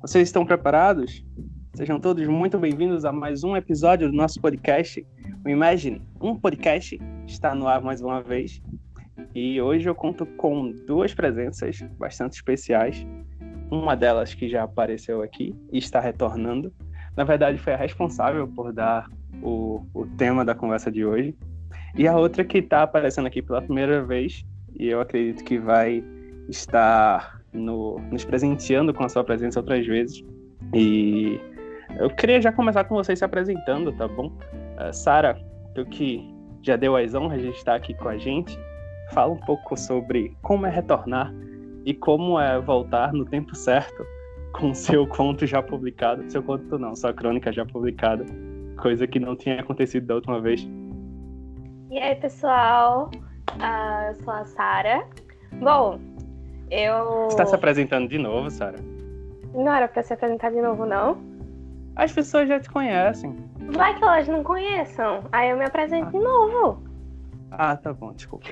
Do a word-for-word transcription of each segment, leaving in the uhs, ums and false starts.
Vocês estão preparados? Sejam todos muito bem-vindos a mais um episódio do nosso podcast, o Imagine. Um podcast está no ar mais uma vez. E hoje eu conto com duas presenças bastante especiais. Uma delas que já apareceu aqui e está retornando. Na verdade, foi a responsável por dar o, o tema da conversa de hoje. E a outra que está aparecendo aqui pela primeira vez, e eu acredito que vai estar no, nos presenteando com a sua presença outras vezes. E eu queria já começar com vocês se apresentando, tá bom? Uh, Sara, tu que já deu as honras de estar aqui com a gente, fala um pouco sobre como é retornar e como é voltar no tempo certo com seu conto já publicado. Seu conto não, sua crônica já publicada, coisa que não tinha acontecido da última vez. E aí, pessoal, uh, eu sou a Sara. Bom, eu... Você está se apresentando de novo, Sara? Não era pra se apresentar de novo, não? As pessoas já te conhecem. Vai que elas não conheçam. Aí eu me apresento Ah. de novo. Ah, tá bom, desculpa.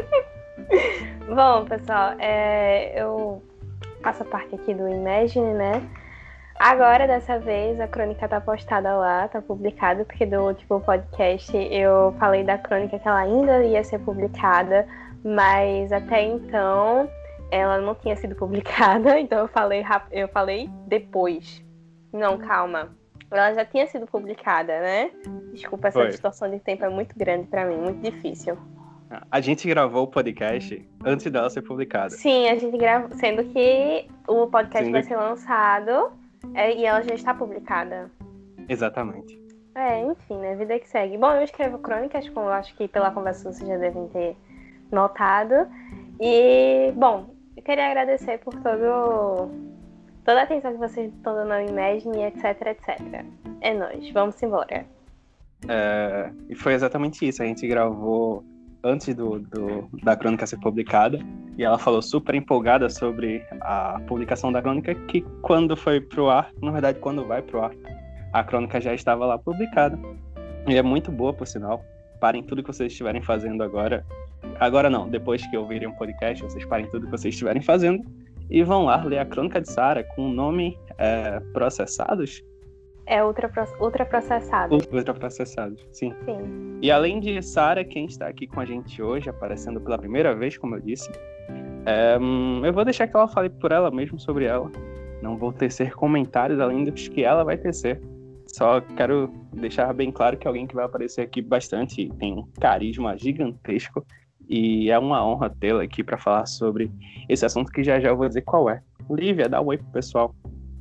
Bom, pessoal, é, eu faço parte aqui do Imagine, né? Agora, dessa vez, a crônica tá postada lá, tá publicada, porque do último podcast eu falei da crônica que ela ainda ia ser publicada, mas até então ela não tinha sido publicada, então eu falei, rap- eu falei depois. Não, calma. Ela já tinha sido publicada, né? Desculpa, essa Foi. distorção de tempo é muito grande pra mim, muito difícil. A gente gravou o podcast antes dela ser publicada. Sim, a gente gravou, sendo que o podcast Sendo vai que- ser lançado é, e ela já está publicada. Exatamente. É, enfim, né? Vida que segue. Bom, eu escrevo crônicas, como eu acho que pela conversa vocês já devem ter notado. E, bom, eu queria agradecer por todo, toda a atenção que vocês estão dando ao Imagine, etc, etcétera. É nóis, vamos embora. É, e foi exatamente isso. A gente gravou antes do, do, da crônica ser publicada. E ela falou super empolgada sobre a publicação da crônica, que quando foi pro ar, na verdade, quando vai pro ar, a crônica já estava lá publicada. E é muito boa, por sinal. Parem tudo que vocês estiverem fazendo agora. Agora não, depois que ouvirem o podcast, vocês parem tudo que vocês estiverem fazendo e vão lá ler a crônica de Sara com o nome é, Processados? É ultra, ultraprocessado. Ultraprocessados, sim. Sim. E além de Sara, quem está aqui com a gente hoje, aparecendo pela primeira vez, como eu disse, é, eu vou deixar que ela fale por ela mesmo sobre ela. Não vou tecer comentários além dos que ela vai tecer. Só quero deixar bem claro que alguém que vai aparecer aqui bastante tem um carisma gigantesco e é uma honra tê-la aqui para falar sobre esse assunto que já já eu vou dizer qual é. Lívia, dá um oi pro pessoal.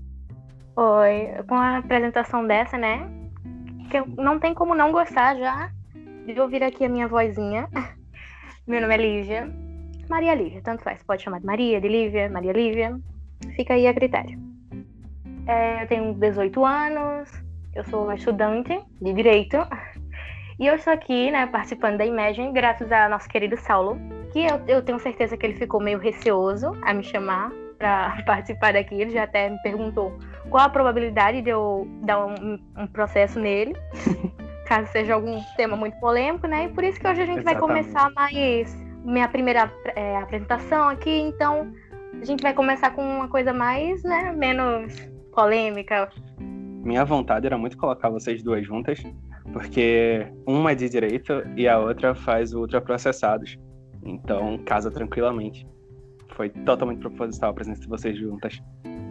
Oi, com a apresentação dessa, né? Que eu, não tem como não gostar já de ouvir aqui a minha vozinha. Meu nome é Lívia. Maria Lívia, tanto faz. Pode chamar de Maria, de Lívia, Maria Lívia. Fica aí a critério. É, eu tenho dezoito anos, eu sou estudante de Direito. E eu estou aqui, né, participando da Imagine, graças ao nosso querido Saulo, que eu, eu tenho certeza que ele ficou meio receoso a me chamar para participar daqui. Ele já até me perguntou qual a probabilidade de eu dar um, um processo nele, caso seja algum tema muito polêmico, né? E por isso que hoje a gente Exatamente. vai começar mais minha primeira é, apresentação aqui. Então, a gente vai começar com uma coisa mais, né, menos polêmica. Minha vontade era muito colocar vocês duas juntas, porque uma é de direito e a outra faz o ultraprocessados. Então, casa tranquilamente. Foi totalmente proposital a presença de vocês juntas.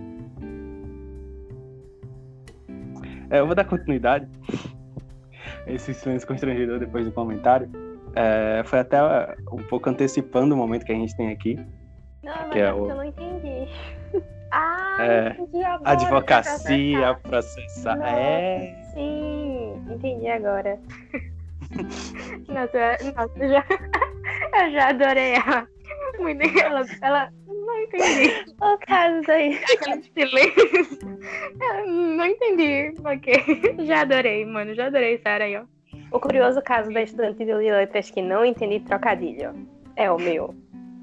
É, eu vou dar continuidade. Esse silêncio constrangedor depois do comentário. É, foi até um pouco antecipando o momento que a gente tem aqui. Não, mas Que é é porque o- eu não entendi. Ah, É, entendi agora. Advocacia, Processar. processar. Nossa, É. sim, entendi agora. Nossa, eu- nossa, eu já, eu já adorei ela. Muito, ela, ela não entendi. O caso aí, aquele silêncio. Eu não entendi. Ok, já adorei, mano, já adorei, Sara aí, ó. O curioso caso da estudante de letras que não entendi trocadilho. É o meu.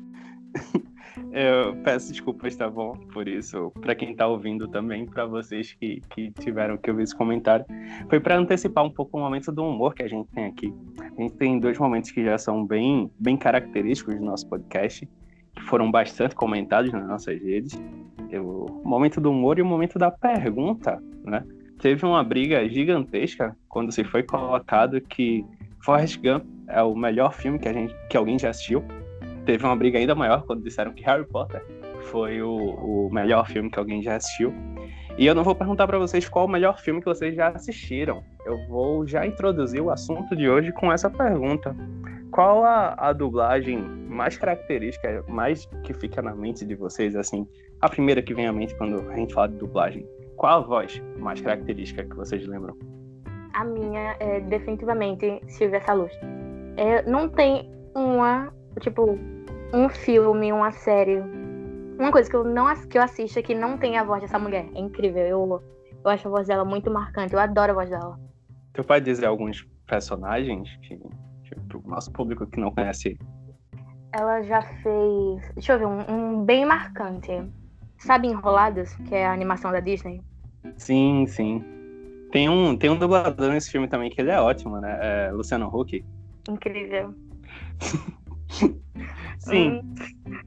Eu peço desculpas, tá bom? Por isso, pra quem tá ouvindo também, pra vocês que, que tiveram que ouvir esse comentário. Foi pra antecipar um pouco o momento do humor que a gente tem aqui. A gente tem dois momentos que já são bem, bem característicos do nosso podcast, que foram bastante comentados nas nossas redes. O momento do humor e o momento da pergunta, né? Teve uma briga gigantesca quando se foi colocado que Forrest Gump é o melhor filme que, a gente, que alguém já assistiu. Teve uma briga ainda maior quando disseram que Harry Potter foi o, o melhor filme que alguém já assistiu. E eu não vou perguntar para vocês qual o melhor filme que vocês já assistiram. Eu vou já introduzir o assunto de hoje com essa pergunta. Qual a, a dublagem mais característica, mais que fica na mente de vocês, assim, a primeira que vem à mente quando a gente fala de dublagem? Qual a voz mais característica que vocês lembram? A minha é definitivamente Silvia Salust. É, não tem uma, tipo, um filme, uma série, uma coisa que eu não que eu assista que não tem a voz dessa mulher. É incrível. Eu, eu acho a voz dela muito marcante. Eu adoro a voz dela. Tu pode dizer alguns personagens que, para o nosso público que não conhece? Ela já fez... Deixa eu ver, um, um bem marcante. Sabe Enrolados, que é a animação da Disney? Sim, sim. Tem um, tem um dublador nesse filme também que ele é ótimo, né? É Luciano Huck. Incrível. Sim. Hum.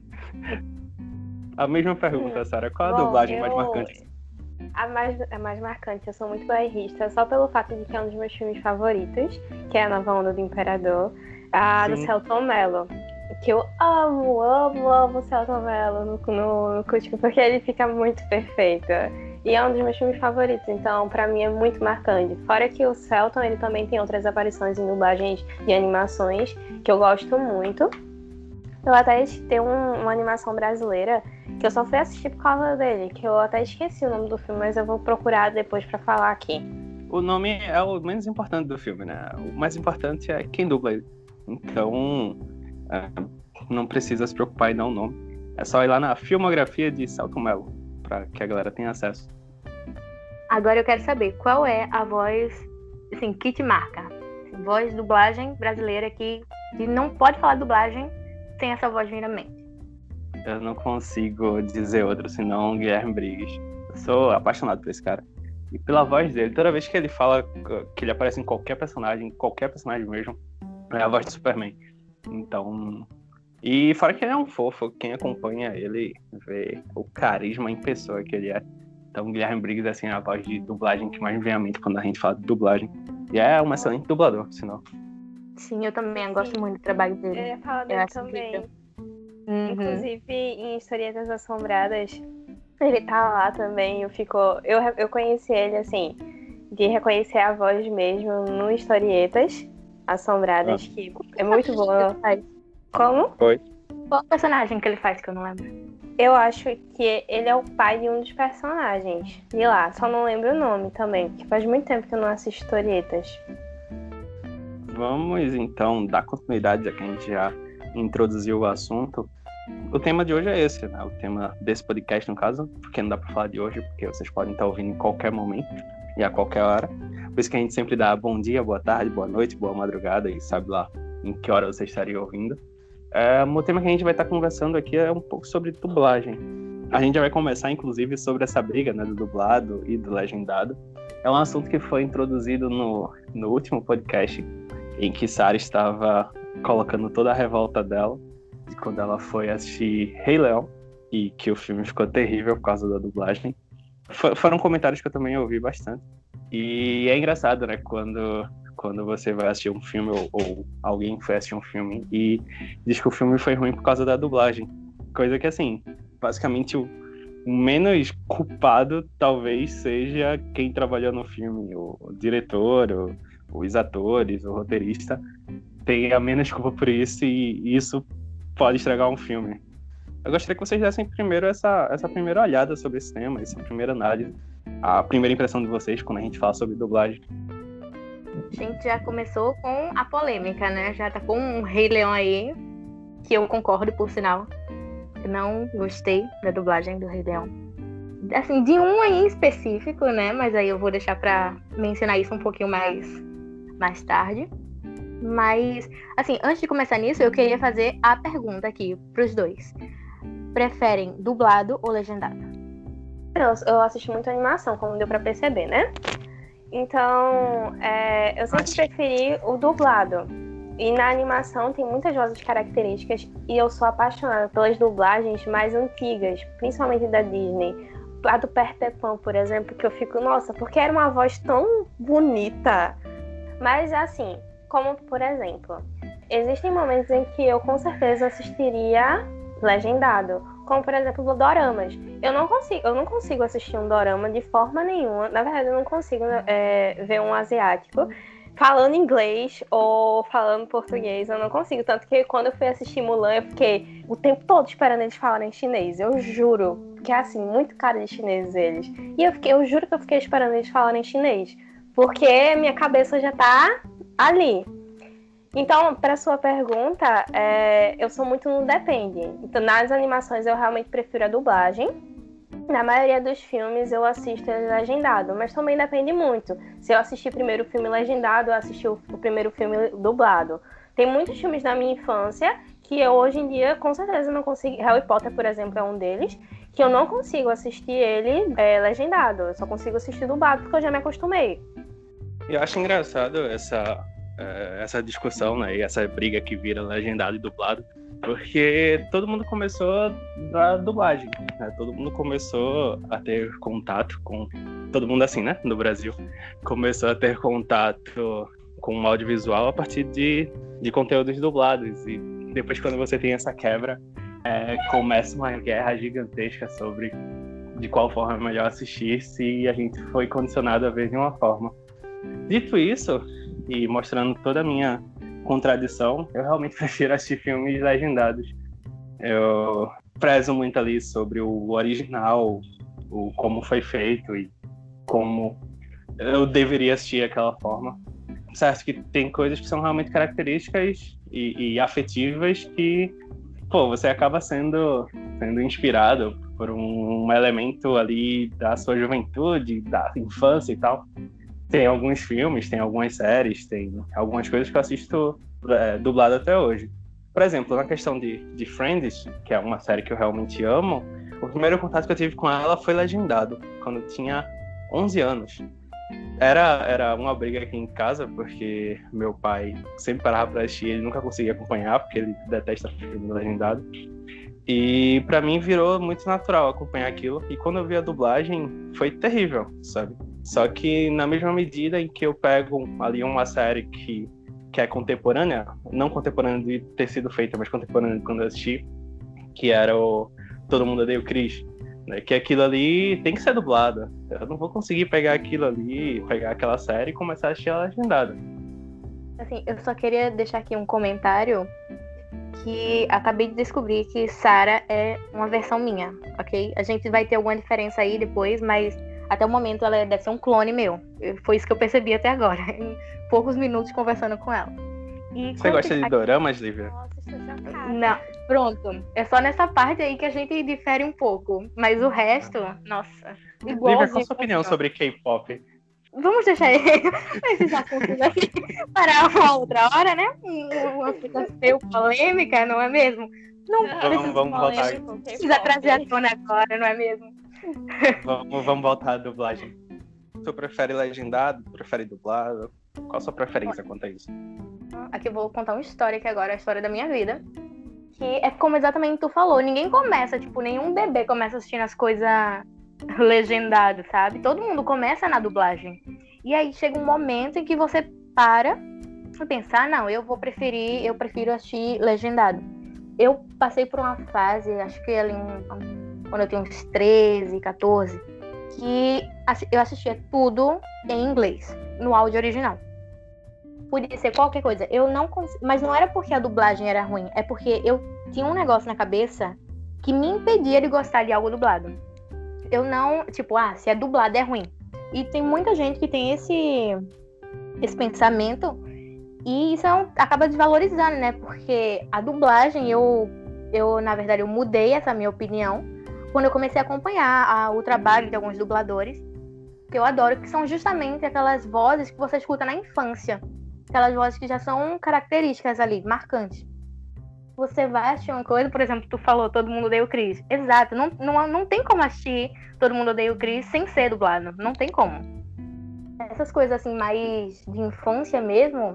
A mesma pergunta, Sarah. Qual a Bom, dublagem eu... mais marcante? A mais, a mais marcante, eu sou muito bairrista, só pelo fato de que é um dos meus filmes favoritos, que é A Nova Onda do Imperador, a Sim. do Selton Mello. Que eu amo, amo, amo o Selton Mello no, no, no Cusco, porque ele fica muito perfeito. E é um dos meus filmes favoritos, então pra mim é muito marcante. Fora que o Selton, ele também tem outras aparições em dublagens e animações que eu gosto muito. Eu até tem um, uma animação brasileira que eu só fui assistir por causa dele, que eu até esqueci o nome do filme, mas eu vou procurar depois pra falar aqui. O nome é o menos importante do filme, né? O mais importante é quem dubla ele. Então, é, não precisa se preocupar em dar um nome. É só ir lá na filmografia de Selton Mello, pra que a galera tenha acesso. Agora eu quero saber, qual é a voz, assim, que te marca? Voz, dublagem brasileira que, que não pode falar dublagem sem essa voz vir à mente. Eu não consigo dizer outro senão Guilherme Briggs. Eu sou apaixonado por esse cara. E pela voz dele, toda vez que ele fala, que ele aparece em qualquer personagem, qualquer personagem mesmo, é a voz do Superman. Então... E fora que ele é um fofo, quem acompanha ele vê o carisma em pessoa que ele é. Então Guilherme Briggs assim, é a voz de dublagem que mais me vem à mente quando a gente fala de dublagem. E é um excelente dublador, por sinal. Sim, eu também Sim. gosto muito do trabalho dele. Eu ia falar dele também. Uhum. Inclusive, em Historietas Assombradas, ele tá lá também. Eu, fico... eu, eu conheci ele, assim, de reconhecer a voz mesmo no Historietas Assombradas, ah. que é muito boa. Como? Oi. Qual personagem que ele faz que eu não lembro? Eu acho que ele é o pai de um dos personagens de lá, só não lembro o nome também, porque faz muito tempo que eu não assisto Historietas. Vamos então dar continuidade, já que a gente já introduziu o assunto. O tema de hoje é esse, né? O tema desse podcast, no caso, porque não dá pra falar de hoje, porque vocês podem estar ouvindo em qualquer momento e a qualquer hora. Por isso que a gente sempre dá bom dia, boa tarde, boa noite, boa madrugada e sabe lá em que hora você estaria ouvindo. É, o tema que a gente vai estar conversando aqui é um pouco sobre dublagem. A gente já vai conversar, inclusive, sobre essa briga, né, do dublado e do legendado. É um assunto que foi introduzido no, no último podcast, em que Sarah estava colocando toda a revolta dela de quando ela foi assistir Rei Leão e que o filme ficou terrível por causa da dublagem. For, foram comentários que eu também ouvi bastante. E é engraçado, né, quando... quando você vai assistir um filme ou, ou alguém foi assistir um filme e diz que o filme foi ruim por causa da dublagem. Coisa que, assim, basicamente o menos culpado talvez seja quem trabalhou no filme, o, o diretor, o, os atores, o roteirista, tem a menos culpa por isso e isso pode estragar um filme. Eu gostaria que vocês dessem primeiro essa, essa primeira olhada sobre esse tema, essa primeira análise, a primeira impressão de vocês quando a gente fala sobre dublagem. A gente já começou com a polêmica, né? Já tá com um Rei Leão aí, que eu concordo, por sinal. Eu não gostei da dublagem do Rei Leão. Assim, de um aí em específico, né? Mas aí eu vou deixar pra mencionar isso um pouquinho mais, mais tarde. Mas, assim, antes de começar nisso, eu queria fazer a pergunta aqui pros dois. Preferem dublado ou legendado? Eu, eu assisto muito animação, como deu pra perceber, né? Então, é, eu sempre preferi o dublado. E na animação tem muitas vozes características e eu sou apaixonada pelas dublagens mais antigas, principalmente da Disney. A do Peter Pan, por exemplo, que eu fico, nossa, porque era uma voz tão bonita. Mas assim, como por exemplo, existem momentos em que eu com certeza assistiria legendado, como por exemplo doramas. Eu não consigo, eu não consigo assistir um dorama de forma nenhuma. Na verdade, eu não consigo é, ver um asiático falando inglês ou falando português. Eu não consigo, tanto que quando eu fui assistir Mulan, eu fiquei o tempo todo esperando eles falarem chinês. Eu juro, porque é assim, muito cara de chinês eles. E eu fiquei, eu juro que eu fiquei esperando eles falarem chinês, porque minha cabeça já tá ali. Então, para sua pergunta, é, eu sou muito no depende. Então, nas animações eu realmente prefiro a dublagem. Na maioria dos filmes eu assisto legendado, mas também depende muito. Se eu assistir primeiro o filme legendado, eu assisti o, o primeiro filme dublado. Tem muitos filmes da minha infância que eu hoje em dia com certeza não consigo. Harry Potter, por exemplo, é um deles, que eu não consigo assistir ele é, legendado. Eu só consigo assistir dublado porque eu já me acostumei. Eu acho engraçado essa, essa discussão, né, e essa briga que vira legendado e dublado, porque todo mundo começou da dublagem, né? Todo mundo começou a ter contato com... Todo mundo assim, né? No Brasil. Começou a ter contato com o audiovisual a partir de, de conteúdos dublados. E depois, quando você tem essa quebra, é, começa uma guerra gigantesca sobre de qual forma é melhor assistir se a gente foi condicionado a ver de uma forma. Dito isso, e mostrando toda a minha contradição, eu realmente prefiro assistir filmes legendados. Eu prezo muito ali sobre o original, o como foi feito e como eu deveria assistir aquela forma. Certo que tem coisas que são realmente características e, e afetivas que, pô, você acaba sendo, sendo inspirado por um, um elemento ali da sua juventude, da infância e tal. Tem alguns filmes, tem algumas séries, tem algumas coisas que eu assisto é, dublado até hoje. Por exemplo, na questão de, de Friends, que é uma série que eu realmente amo, o primeiro contato que eu tive com ela foi legendado, quando eu tinha onze anos. Era, era uma briga aqui em casa, porque meu pai sempre parava pra assistir, ele nunca conseguia acompanhar, porque ele detesta filme legendado. E pra mim virou muito natural acompanhar aquilo, e quando eu vi a dublagem, foi terrível, sabe? Só que na mesma medida em que eu pego ali uma série que, que é contemporânea, não contemporânea de ter sido feita, mas contemporânea de quando eu assisti, que era o Todo Mundo Odeia o Chris, né? Que aquilo ali tem que ser dublado. Eu não vou conseguir pegar aquilo ali, pegar aquela série e começar a assistir ela legendada. Assim, eu só queria deixar aqui um comentário que acabei de descobrir que Sarah é uma versão minha, ok? A gente vai ter alguma diferença aí depois, mas até o momento ela deve ser um clone meu. Foi isso que eu percebi até agora, em poucos minutos conversando com ela. E você gosta de doramas, Lívia? Nossa, estou chocada. Não, pronto. É só nessa parte aí que a gente difere um pouco. Mas o resto, nossa, igual. Lívia, qual a sua opinião sobre K-pop? Vamos deixar esses assuntos aqui para uma outra hora, né? Uma coisa meio polêmica, não é mesmo? Não vamos, vamos voltar. Precisa trazer à tona agora, não é mesmo? Vamos, vamos voltar à dublagem. Você prefere legendado? Prefere dublado? Qual a sua preferência quanto a isso? Aqui eu vou contar uma história aqui agora, a história da minha vida. Que é como exatamente tu falou. Ninguém começa, tipo, nenhum bebê começa assistindo as coisas legendadas, sabe? Todo mundo começa na dublagem. E aí chega um momento em que você para e pensa, ah, não, eu vou preferir, eu prefiro assistir legendado. Eu passei por uma fase, acho que ali um, quando eu tinha uns treze, quatorze, que eu assistia tudo em inglês, no áudio original. Podia ser qualquer coisa. Eu não cons... Mas não era porque a dublagem era ruim, é porque eu tinha um negócio na cabeça que me impedia de gostar de algo dublado. Eu não, tipo, ah, se é dublado é ruim. E tem muita gente que tem esse, esse pensamento e isso é um, acaba desvalorizando, né? Porque a dublagem, eu, eu, na verdade, eu mudei essa minha opinião quando eu comecei a acompanhar a, o trabalho de alguns dubladores, que eu adoro, que são justamente aquelas vozes que você escuta na infância. Aquelas vozes que já são características ali, marcantes. Você vai assistir uma coisa, por exemplo, tu falou Todo Mundo Odeia o Chris. Exato, não, não, não tem como assistir Todo Mundo Odeia o Chris sem ser dublado. Não tem como. Essas coisas assim, mais de infância mesmo,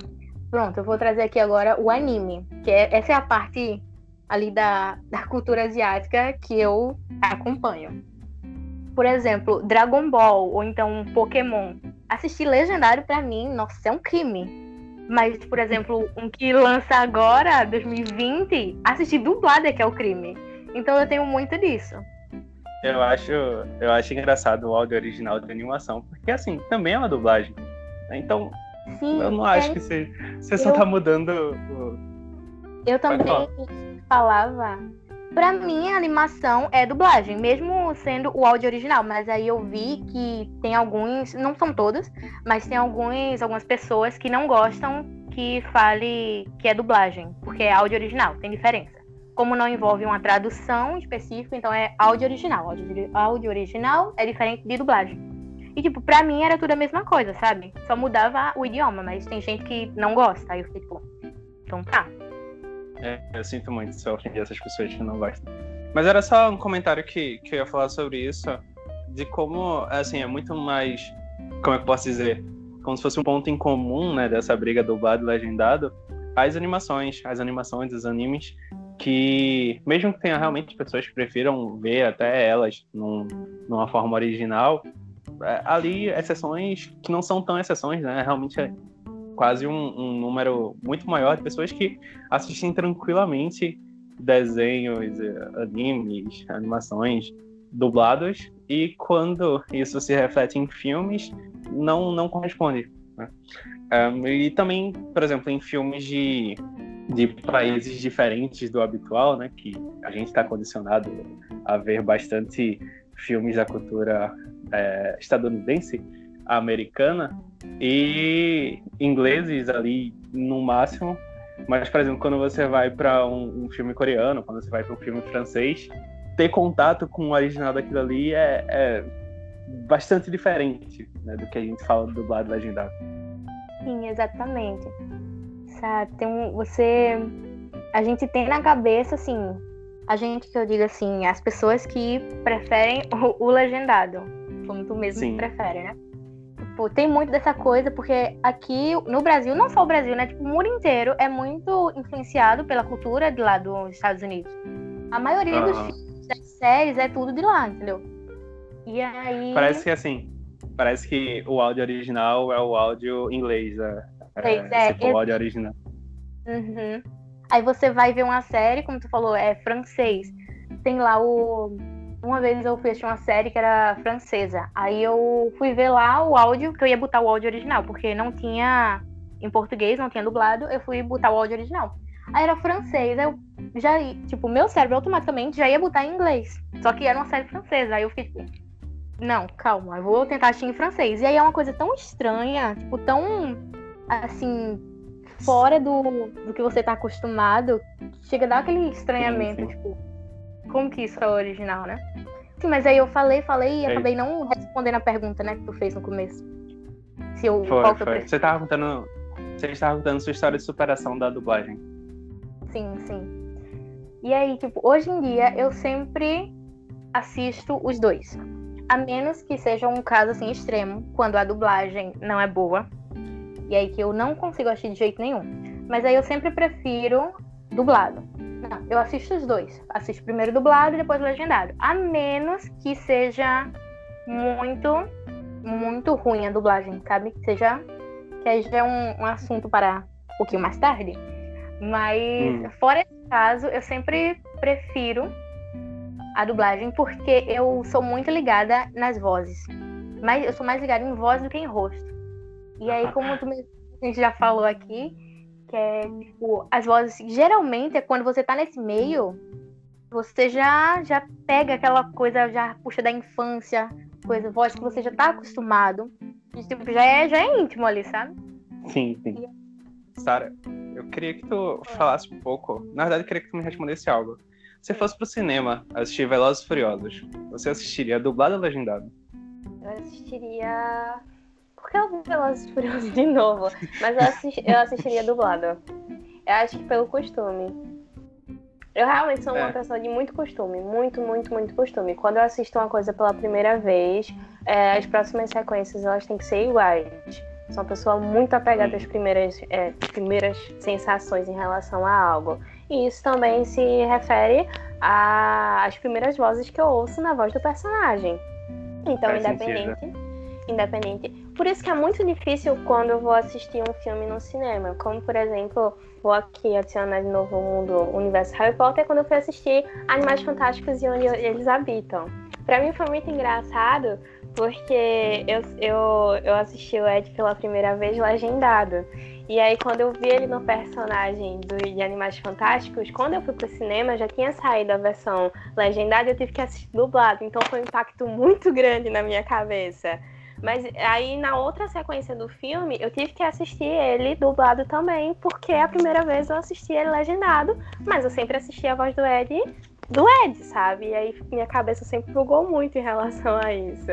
Pronto, eu vou trazer aqui agora o anime, que é, essa é a parte ali da, da cultura asiática que eu acompanho. Por exemplo, Dragon Ball ou então Pokémon. Assistir legendário pra mim, nossa, é um crime. Mas, por exemplo, um que lança agora, dois mil e vinte, assistir dublado é que é o crime. Então eu tenho muito disso. Eu acho, eu acho engraçado o áudio original de animação, porque assim, também é uma dublagem. Então, Sim, eu não acho é... que você, você eu... só tá mudando o... Eu também falava... Pra mim, a animação é dublagem, mesmo sendo o áudio original. Mas aí eu vi que tem alguns, não são todos, mas tem alguns, algumas pessoas que não gostam que fale que é dublagem, porque é áudio original, tem diferença. Como não envolve uma tradução específica, então é áudio original. Áudio, áudio original é diferente de dublagem. E, tipo, pra mim era tudo a mesma coisa, sabe? Só mudava o idioma, mas tem gente que não gosta. Aí eu fiquei, tipo, então tá. É, eu sinto muito se eu ofender essas pessoas que não gostam. Mas era só um comentário que, que eu ia falar sobre isso, de como, assim, é muito mais, como é que eu posso dizer, como se fosse um ponto em comum, né, dessa briga dublado e legendado, as animações, as animações dos animes, que mesmo que tenha realmente pessoas que prefiram ver até elas num, numa forma original, é, ali exceções que não são tão exceções, né, realmente é quase um, um número muito maior de pessoas que assistem tranquilamente desenhos, animes, animações dublados, e quando isso se reflete em filmes, não, não corresponde, né? Um, e também, por exemplo, em filmes de, de países diferentes do habitual, né, que a gente está condicionado a ver bastante filmes da cultura é, estadunidense, americana, e ingleses ali no máximo. Mas, por exemplo, quando você vai para um, um filme coreano, quando você vai para um filme francês, ter contato com o original daquilo ali é, é bastante diferente, né, do que a gente fala do dublado legendado. Sim, exatamente. Sabe, tem um, você... A gente tem na cabeça, assim, a gente que eu digo assim, as pessoas que preferem o, o legendado, como tu mesmo Sim. prefere, né? Tipo, tem muito dessa coisa, porque aqui no Brasil, não só o Brasil, né? Tipo, o mundo inteiro é muito influenciado pela cultura de lá dos Estados Unidos. A maioria Uhum. dos filmes, das séries, é tudo de lá, entendeu? E aí... Parece que, assim, parece que o áudio original é o áudio inglês, é, Pois é, é, se for o áudio original. Uhum. Aí você vai ver uma série, como tu falou, é francês. Tem lá o... Uma vez eu fui assistir uma série que era francesa. Aí eu fui ver lá o áudio, que eu ia botar o áudio original, porque não tinha em português, não tinha dublado, eu fui botar o áudio original. Aí era francês, aí eu já, tipo, meu cérebro automaticamente já ia botar em inglês. Só que era uma série francesa, aí eu fiquei tipo, não, calma, eu vou tentar assistir em francês. E aí é uma coisa tão estranha, tipo, tão, assim, fora do, do que você tá acostumado, que chega a dar aquele estranhamento, sim, sim. Tipo, como que isso é original, né? Sim, mas aí eu falei, falei e é. acabei não respondendo a pergunta, né, que tu fez no começo. Se eu, foi, qual que eu foi. Você tava contando, você estava contando sua história de superação da dublagem. Sim, sim. E aí, tipo, hoje em dia eu sempre assisto os dois. A menos que seja um caso, assim, extremo, quando a dublagem não é boa. E aí que eu não consigo assistir de jeito nenhum. Mas aí eu sempre prefiro dublado. Não, eu assisto os dois. Assisto primeiro dublado e depois legendado. A menos que seja muito, muito ruim a dublagem, sabe? Que seja, que aí já é um, um assunto para um pouquinho mais tarde. Mas, hum. fora esse caso, eu sempre prefiro a dublagem, porque eu sou muito ligada nas vozes. Mas eu sou mais ligada em voz do que em rosto. E aí, como tu, a gente já falou aqui, que é, tipo, as vozes, geralmente é quando você tá nesse meio, você já, já pega aquela coisa, já puxa da infância, coisa, voz que você já tá acostumado. E, tipo, já é, já é íntimo ali, sabe? Sim, sim. E... Sara, eu queria que tu falasse um pouco, na verdade eu queria que tu me respondesse algo. Se fosse pro cinema assistir Velozes e Furiosos, você assistiria dublado ou legendado? Eu assistiria... Por que eu vi Velozes e Furiosos de novo? Mas eu, assisti... eu assistiria dublado. Eu acho que pelo costume. Eu realmente sou uma é. pessoa de muito costume. Muito, muito, muito costume. Quando eu assisto uma coisa pela primeira vez, é, as próximas sequências elas têm que ser iguais. Sou uma pessoa muito apegada às primeiras, é, primeiras sensações em relação a algo. E isso também se refere às primeiras vozes que eu ouço na voz do personagem. Então, Faz independente, sentido. independente. Por isso que é muito difícil quando eu vou assistir um filme no cinema. Como, por exemplo, vou aqui adicionar de novo o mundo, o universo Harry Potter, quando eu fui assistir Animais Fantásticos e Onde Eles Habitam. Pra mim foi muito engraçado, porque eu, eu, eu assisti o Ed pela primeira vez legendado. E aí, quando eu vi ele no personagem do, de Animais Fantásticos, quando eu fui pro cinema, já tinha saído a versão legendada e eu tive que assistir dublado. Então foi um impacto muito grande na minha cabeça. Mas aí, na outra sequência do filme, eu tive que assistir ele dublado também, porque a primeira vez eu assisti ele legendado, mas eu sempre assisti a voz do Ed, do Ed, sabe? E aí minha cabeça sempre bugou muito em relação a isso.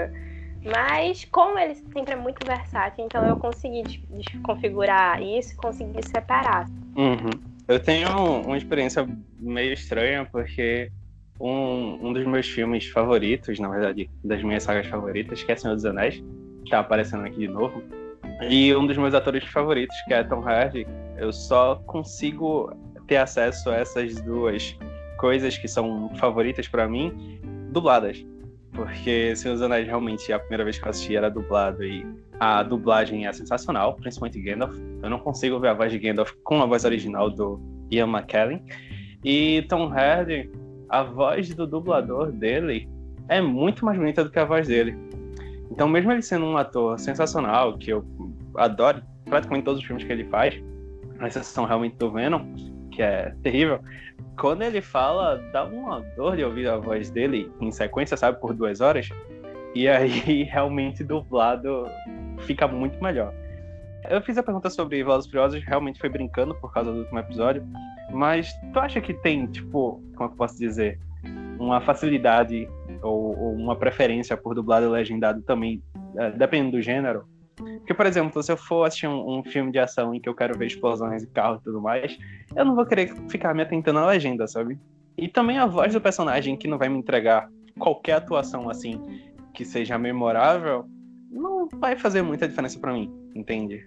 Mas como ele sempre é muito versátil, então eu consegui desconfigurar isso e consegui separar. Uhum. Eu tenho uma experiência meio estranha, porque um, um dos meus filmes favoritos, na verdade, das minhas sagas favoritas, que é Senhor dos Anéis, que tá aparecendo aqui de novo, e um dos meus atores favoritos, que é Tom Hardy, eu só consigo ter acesso a essas duas coisas que são favoritas pra mim, dubladas. Porque Senhor dos Anéis, realmente, a primeira vez que eu assisti era dublado e a dublagem é sensacional, principalmente Gandalf. Eu não consigo ver a voz de Gandalf com a voz original do Ian McKellen. E Tom Hardy, a voz do dublador dele é muito mais bonita do que a voz dele. Então, mesmo ele sendo um ator sensacional, que eu adoro praticamente todos os filmes que ele faz, a exceção realmente do Venom, que é terrível, quando ele fala, dá uma dor de ouvir a voz dele em sequência, sabe, por duas horas, e aí realmente dublado fica muito melhor. Eu fiz a pergunta sobre Velozes e Furiosos, realmente foi brincando por causa do último episódio, mas tu acha que tem, tipo, como é que eu posso dizer, uma facilidade ou, ou uma preferência por dublado e legendado também, é, dependendo do gênero? Porque, por exemplo, se eu for assistir um, um filme de ação em que eu quero ver explosões e carros e tudo mais, eu não vou querer ficar me atentando à legenda, sabe? E também a voz do personagem, que não vai me entregar qualquer atuação assim que seja memorável, não vai fazer muita diferença pra mim, entende?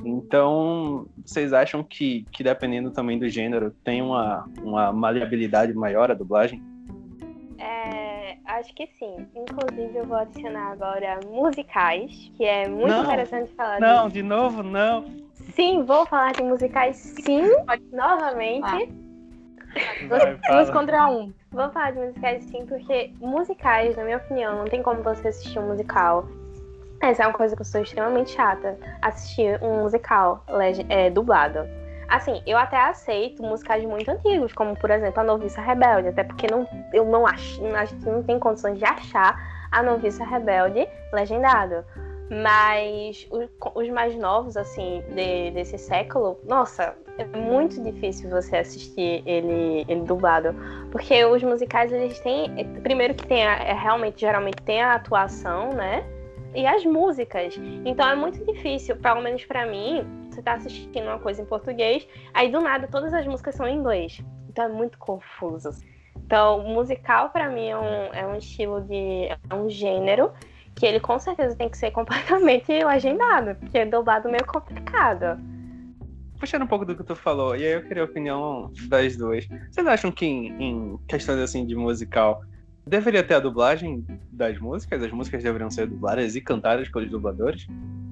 Então, vocês acham que, que dependendo também do gênero, tem uma, uma maleabilidade maior a dublagem? É, acho que sim. Inclusive, eu vou adicionar agora musicais, que é muito Não, interessante falar Não, disso. de novo, não. Sim, vou falar de musicais, sim, novamente. Vai, Dois fala. contra um. Vou falar de musicais, sim, porque musicais, na minha opinião, não tem como você assistir um musical. Essa é uma coisa que eu sou extremamente chata. Assistir um musical leg- é, dublado. Assim, eu até aceito musicais muito antigos, como, por exemplo, A Noviça Rebelde, até porque não, eu não acho, a gente não tem condições de achar A Noviça Rebelde legendado. Mas os, os mais novos, assim, de, desse século, nossa, é muito difícil você assistir ele, ele dublado. Porque os musicais, eles têm... Primeiro que tem a, é, realmente, geralmente tem a atuação, né? E as músicas. Então é muito difícil, pelo menos pra mim, você tá assistindo uma coisa em português, aí do nada todas as músicas são em inglês. Então é muito confuso. Então, musical pra mim é um, é um estilo de... é um gênero que ele com certeza tem que ser completamente legendado, porque é dublado meio complicado. Puxando um pouco do que tu falou, e aí eu queria a opinião das duas. Vocês acham que em, em questões assim de musical, deveria ter a dublagem das músicas? As músicas deveriam ser dubladas e cantadas pelos dubladores?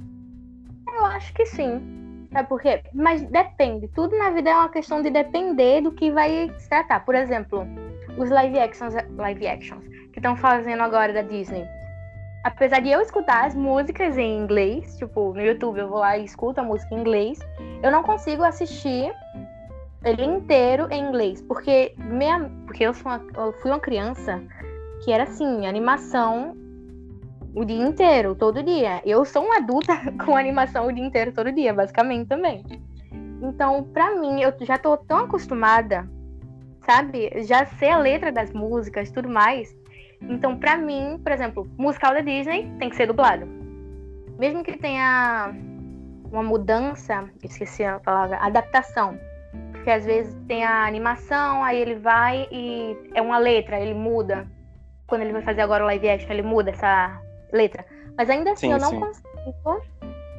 Eu acho que sim. É porque, mas depende. Tudo na vida é uma questão de depender do que vai se tratar. Por exemplo, os live actions, live actions que estão fazendo agora da Disney. Apesar de eu escutar as músicas em inglês, tipo, no YouTube eu vou lá e escuto a música em inglês, eu não consigo assistir ele inteiro em inglês, porque, minha, porque eu, sou uma, eu fui uma criança que era assim, animação o dia inteiro, todo dia. Eu sou uma adulta com animação o dia inteiro, todo dia, basicamente também. Então, pra mim, eu já tô tão acostumada, sabe? Já sei a letra das músicas, tudo mais. Então, pra mim, por exemplo, musical da Disney tem que ser dublado. Mesmo que tenha uma mudança, esqueci a palavra, adaptação. Porque às vezes tem a animação, aí ele vai e é uma letra, ele muda. Quando ele vai fazer agora o live action, ele muda essa letra. Mas ainda assim, Sim, eu não sim. consigo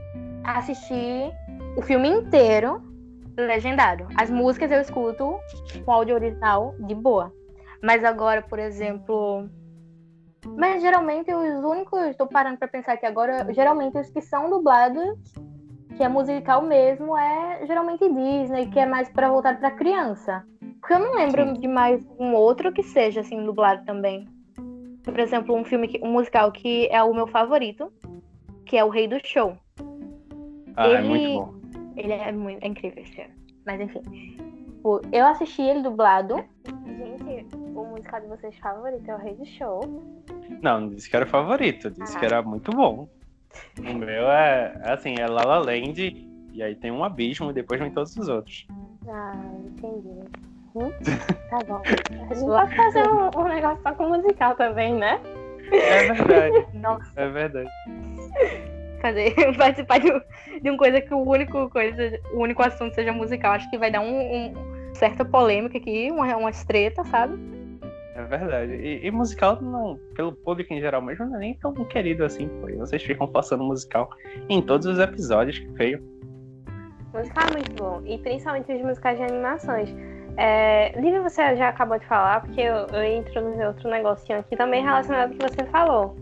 assistir o filme inteiro legendado. As músicas eu escuto com áudio original de boa. Mas agora, por exemplo... Mas geralmente os únicos... Estou parando pra pensar aqui agora. Geralmente os que são dublados, que é musical mesmo, é geralmente Disney, que é mais pra voltar pra criança. Porque eu não lembro Sim. de mais um outro que seja assim dublado também. Por exemplo, um filme, que, um musical que é o meu favorito, que é O Rei do Show. Ah, ele, é muito bom. Ele é, muito, é incrível esse filme. Mas enfim. Eu assisti ele dublado. Gente, o musical de vocês favorito é O Rei do Show. Não, não disse que era o favorito, disse ah. que era muito bom. O meu é, assim, é La La Land, e aí tem um abismo e depois vem todos os outros. Ah, entendi. Hum? Tá bom. A gente pode fazer um, um negócio só com musical também, né? É verdade. Nossa. É verdade. Fazer, participar de, de uma coisa que o único, coisa, o único assunto seja musical. Acho que vai dar um, um certa polêmica aqui, uma, umas treta, sabe? É verdade. E, e musical, não, pelo público em geral mesmo, não é nem tão querido assim, pô. Vocês ficam passando musical em todos os episódios, que feio. Musical é muito bom. E principalmente os musicais de animações. É, Lívia, você já acabou de falar, porque eu, eu ia introduzir outro negocinho aqui também relacionado ao que você falou.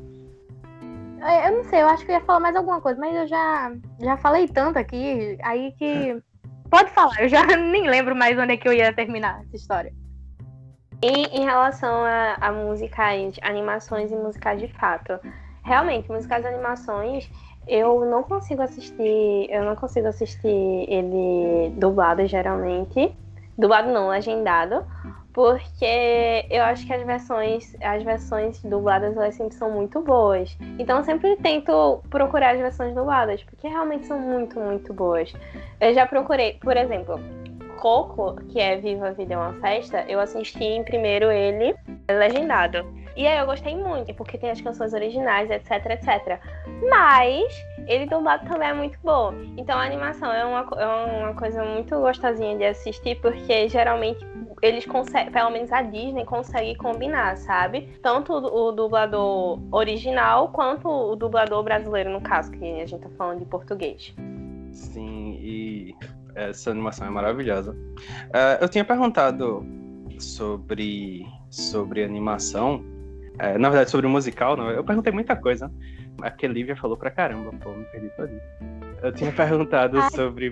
Eu não sei, eu acho que eu ia falar mais alguma coisa, mas eu já, já falei tanto aqui, aí que... Pode falar, eu já nem lembro mais onde é que eu ia terminar essa história. E em relação a, a musicais, animações e musicais de fato, realmente, musicais e animações, eu não consigo assistir, eu não consigo assistir ele dublado geralmente. Dublado não, legendado, porque eu acho que as versões, as versões dubladas elas sempre são muito boas. Então eu sempre tento procurar as versões dubladas, porque realmente são muito, muito boas. Eu já procurei, por exemplo, Coco, que é Viva a Vida é uma Festa, eu assisti em primeiro ele legendado. E aí eu gostei muito, porque tem as canções originais, etc, etcétera. Mas ele dublado também é muito bom. Então a animação é uma, é uma coisa muito gostosinha de assistir, porque geralmente eles conseguem, pelo menos a Disney consegue combinar, sabe? Tanto o dublador original, quanto o dublador brasileiro, no caso, que a gente tá falando de português. Sim, e essa animação é maravilhosa. Uh, eu tinha perguntado sobre, sobre animação, uh, na verdade sobre o musical, não, eu perguntei muita coisa. A que Lívia falou pra caramba, pô, me perdi todinho. Eu tinha perguntado Ai. sobre...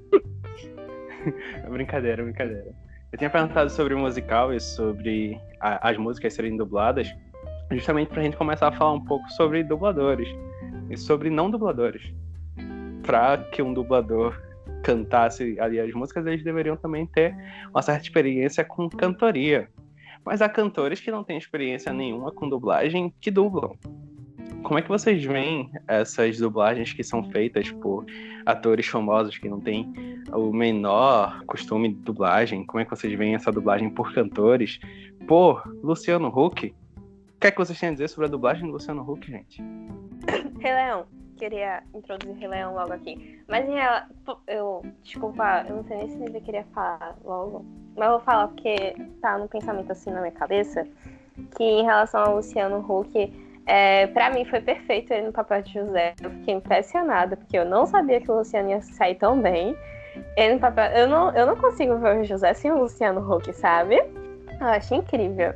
brincadeira, brincadeira. Eu tinha perguntado sobre o musical e sobre a, as músicas serem dubladas, justamente pra gente começar a falar um pouco sobre dubladores e sobre não dubladores. Pra que um dublador cantasse ali as músicas, eles deveriam também ter uma certa experiência com cantoria. Mas há cantores que não têm experiência nenhuma com dublagem que dublam. Como é que vocês veem essas dublagens que são feitas por atores famosos que não têm o menor costume de dublagem? Como é que vocês veem essa dublagem por cantores? Por Luciano Huck? O que é que vocês têm a dizer sobre a dublagem do Luciano Huck, gente? Rei Leão. Queria introduzir Rei Leão logo aqui. Mas em ela, eu, desculpa, eu não sei nem se eu queria falar logo. Mas eu vou falar porque tá no pensamento assim na minha cabeça. Que em relação ao Luciano Huck, é, pra mim foi perfeito ele no papel de José. Eu fiquei impressionada, porque eu não sabia que o Luciano ia sair tão bem. Ele no papel, eu, não, eu não consigo ver o José sem o Luciano Huck, sabe? Eu acho incrível.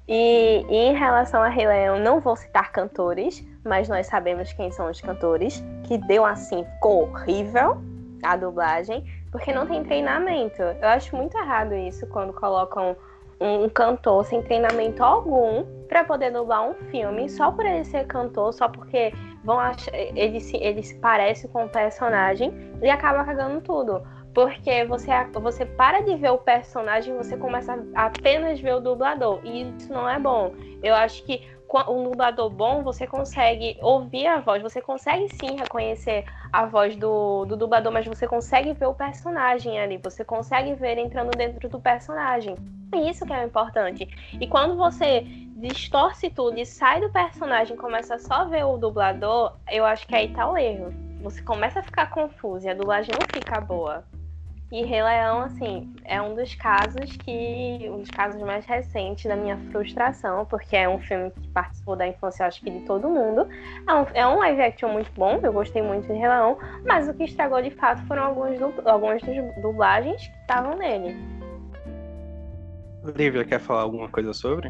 E, e em relação a Rei Leão, não vou citar cantores, mas nós sabemos quem são os cantores, que deu assim, ficou horrível a dublagem, porque não tem treinamento. Eu acho muito errado isso, quando colocam um, um cantor sem treinamento algum para poder dublar um filme, só por ele ser cantor, só porque vão achar, ele, se, ele se parece com o personagem e acaba cagando tudo. Porque você, você para de ver o personagem e você começa a apenas ver o dublador. E isso não é bom. Eu acho que um dublador bom, você consegue ouvir a voz. Você consegue sim reconhecer a voz do, do dublador, mas você consegue ver o personagem ali. Você consegue ver ele entrando dentro do personagem. E isso que é importante. E quando você distorce tudo e sai do personagem e começa só a ver o dublador, eu acho que aí tá o erro. Você começa a ficar confuso e a dublagem não fica boa. E Rei Leão, assim, é um dos casos que. Um dos casos mais recentes da minha frustração, porque é um filme que participou da infância, acho que de todo mundo. É um, é um live action muito bom, eu gostei muito de Rei Leão, mas o que estragou de fato foram alguns du- algumas das dublagens que estavam nele. Lívia, quer falar alguma coisa sobre?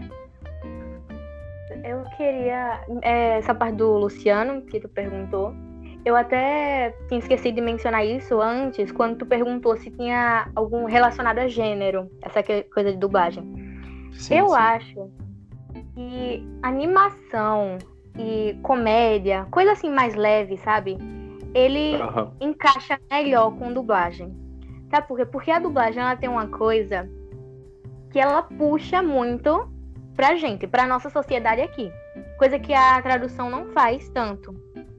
Eu queria. É, essa parte do Luciano, que tu perguntou. Eu até tinha esquecido de mencionar isso antes, quando tu perguntou se tinha algum relacionado a gênero, essa que- coisa de dublagem. Sim, Eu sim. acho que animação e comédia, coisa assim mais leve, sabe? Ele Aham. encaixa melhor com dublagem. Sabe por quê? Porque a dublagem ela tem uma coisa que ela puxa muito pra gente, pra nossa sociedade aqui. Coisa que a tradução não faz tanto.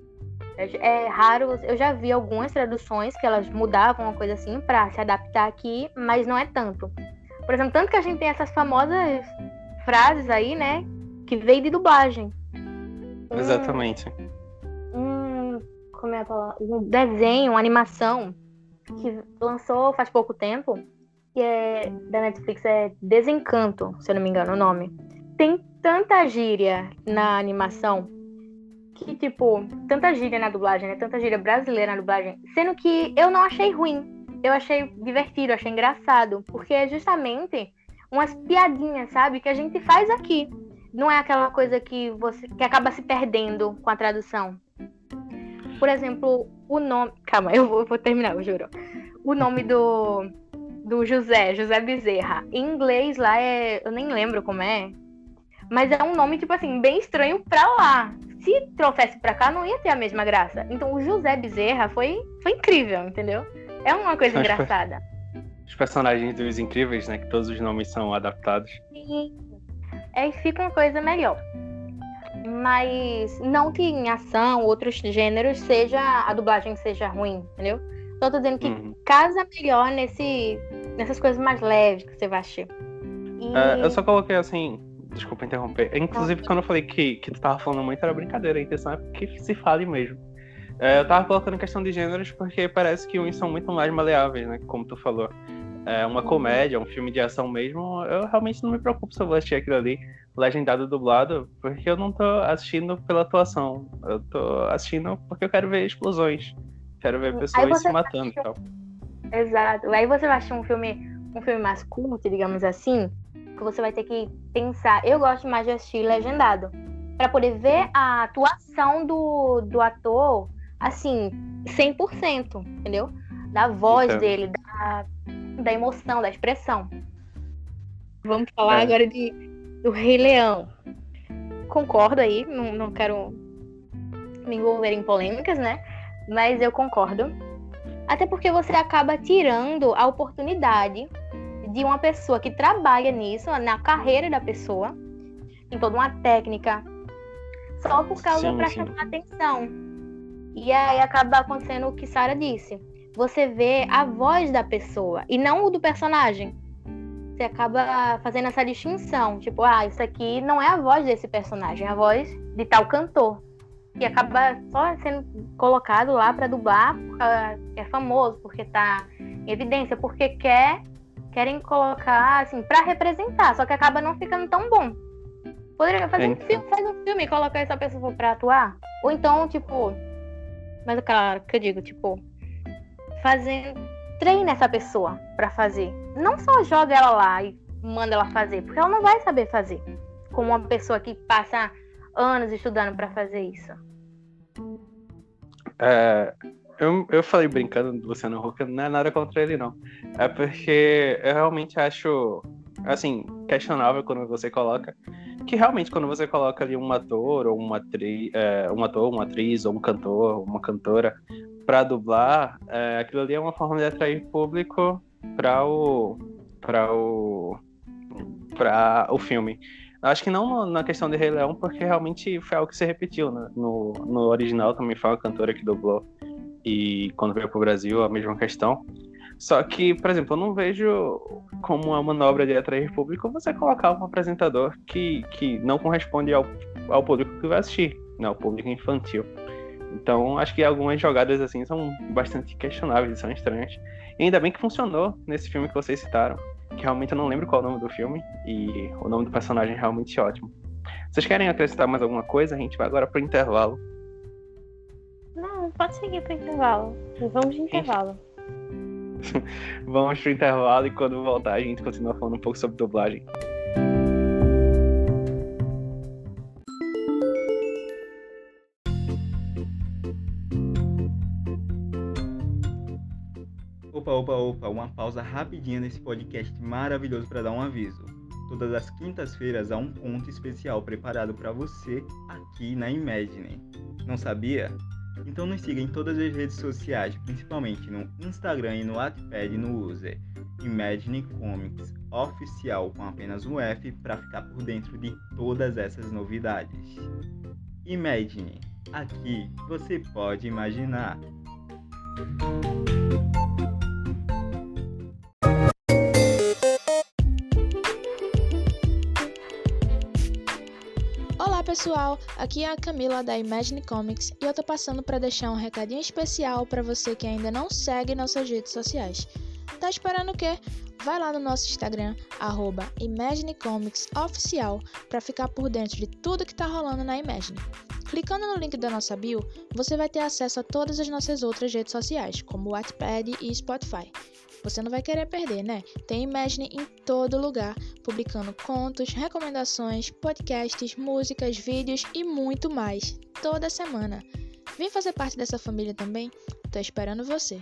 É raro, eu já vi algumas traduções que elas mudavam uma coisa assim pra se adaptar aqui, mas não é tanto. Por exemplo, tanto que a gente tem essas famosas frases aí, né, que veio de dublagem. Um- Exatamente. Um, como é a palavra? Um desenho, uma animação que lançou faz pouco tempo, que é da Netflix, é Desencanto, se eu não me engano o nome. Tem tanta gíria na animação que, tipo, tanta gíria na dublagem, né? Tanta gíria brasileira na dublagem, sendo que eu não achei ruim. Eu achei divertido, achei engraçado, porque é justamente umas piadinhas, sabe? Que a gente faz aqui. Não é aquela coisa que você que acaba se perdendo com a tradução. Por exemplo, o nome... Calma, eu vou, vou terminar, eu juro. O nome do, do José, José Bezerra. Em inglês lá é... Eu nem lembro como é. Mas é um nome, tipo assim, bem estranho pra lá. Se trouxesse pra cá, não ia ter a mesma graça. Então o José Bezerra foi, foi incrível, entendeu? É uma coisa São os per- engraçada. Os personagens dos Incríveis, né? Que todos os nomes são adaptados. E aí fica uma coisa melhor. Mas não que em ação, outros gêneros, seja a dublagem seja ruim, entendeu? Só tô dizendo que Uhum. casa melhor nesse, nessas coisas mais leves que você vai assistir. E... É, eu só coloquei assim... Desculpa interromper. Inclusive, quando eu falei que, que tu tava falando muito, era brincadeira. A intenção é que se fale mesmo. É, eu tava colocando questão de gêneros porque parece que uns são muito mais maleáveis, né? Como tu falou. É uma comédia, um filme de ação mesmo. Eu realmente não me preocupo se eu vou assistir aquilo ali legendado, dublado, porque eu não tô assistindo pela atuação. Eu tô assistindo porque eu quero ver explosões. Quero ver Aí pessoas você se matando e tal. Exato. Aí você vai assistir um filme, um filme mais curto, digamos assim, que você vai ter que pensar. Eu gosto mais de assistir legendado, pra poder ver a atuação do, do ator, assim, cem por cento, entendeu? Da voz Entendo. dele, da, da emoção, da expressão. Vamos falar É. agora de, do Rei Leão. Concordo aí, não, não quero me envolver em polêmicas, né? Mas eu concordo. Até porque você acaba tirando a oportunidade de uma pessoa que trabalha nisso, na carreira da pessoa, em toda uma técnica, só por causa Sim, para sim. chamar atenção. E aí acaba acontecendo o que Sarah disse. Você vê a voz da pessoa e não o do personagem. Você acaba fazendo essa distinção. Tipo, ah, isso aqui não é a voz desse personagem, é a voz de tal cantor. E acaba só sendo colocado lá para dublar porque é famoso, porque tá em evidência, porque quer, querem colocar, assim, para representar, só que acaba não ficando tão bom. Poderia fazer É, um então. filme, faz um filme e colocar essa pessoa pra atuar. Ou então, tipo, mas claro que eu digo, tipo, fazendo, treina essa pessoa pra fazer. Não só joga ela lá e manda ela fazer, porque ela não vai saber fazer. Como uma pessoa que passa anos estudando pra fazer isso. É, eu, eu falei brincando do Luciano Huck, não é nada contra ele, não. É porque eu realmente acho, assim, questionável quando você coloca, que realmente quando você coloca ali um ator ou uma atriz, é, um ator, uma atriz ou um cantor, uma cantora pra dublar, é, aquilo ali é uma forma de atrair público para o, para o, para o filme. Acho que não na questão de Rei Leão, porque realmente foi algo que se repetiu, né? No, no original também foi uma cantora que dublou, e quando veio pro Brasil a mesma questão. Só que, por exemplo, eu não vejo como uma manobra de atrair público você colocar um apresentador que, que não corresponde ao, ao público que vai assistir, né? Ao público infantil. Então, acho que algumas jogadas assim são bastante questionáveis, são estranhas. E ainda bem que funcionou nesse filme que vocês citaram, que realmente eu não lembro qual é o nome do filme, e o nome do personagem é realmente ótimo. Vocês querem acrescentar mais alguma coisa? A gente vai agora pro intervalo. Não, pode seguir pro intervalo. Vamos de intervalo. Vamos pro intervalo e quando voltar a gente continua falando um pouco sobre dublagem. Opa, opa, opa, uma pausa rapidinha nesse podcast maravilhoso para dar um aviso. Todas as quintas-feiras há um conto especial preparado para você aqui na Imagine. Não sabia? Então nos siga em todas as redes sociais, principalmente no Instagram e no Wattpad no user Imagine Comics Oficial com apenas um F para ficar por dentro de todas essas novidades. Imagine, aqui você pode imaginar. Olá pessoal, aqui é a Camila da Imagine Comics e eu tô passando para deixar um recadinho especial para você que ainda não segue nossas redes sociais. Tá esperando o quê? Vai lá no nosso Instagram, arroba Imagine Comics Oficial, para ficar por dentro de tudo que tá rolando na Imagine. Clicando no link da nossa bio, você vai ter acesso a todas as nossas outras redes sociais, como o Wattpad e Spotify. Você não vai querer perder, né? Tem Imagine em todo lugar, publicando contos, recomendações, podcasts, músicas, vídeos e muito mais, toda semana. Vem fazer parte dessa família também? Tô esperando você.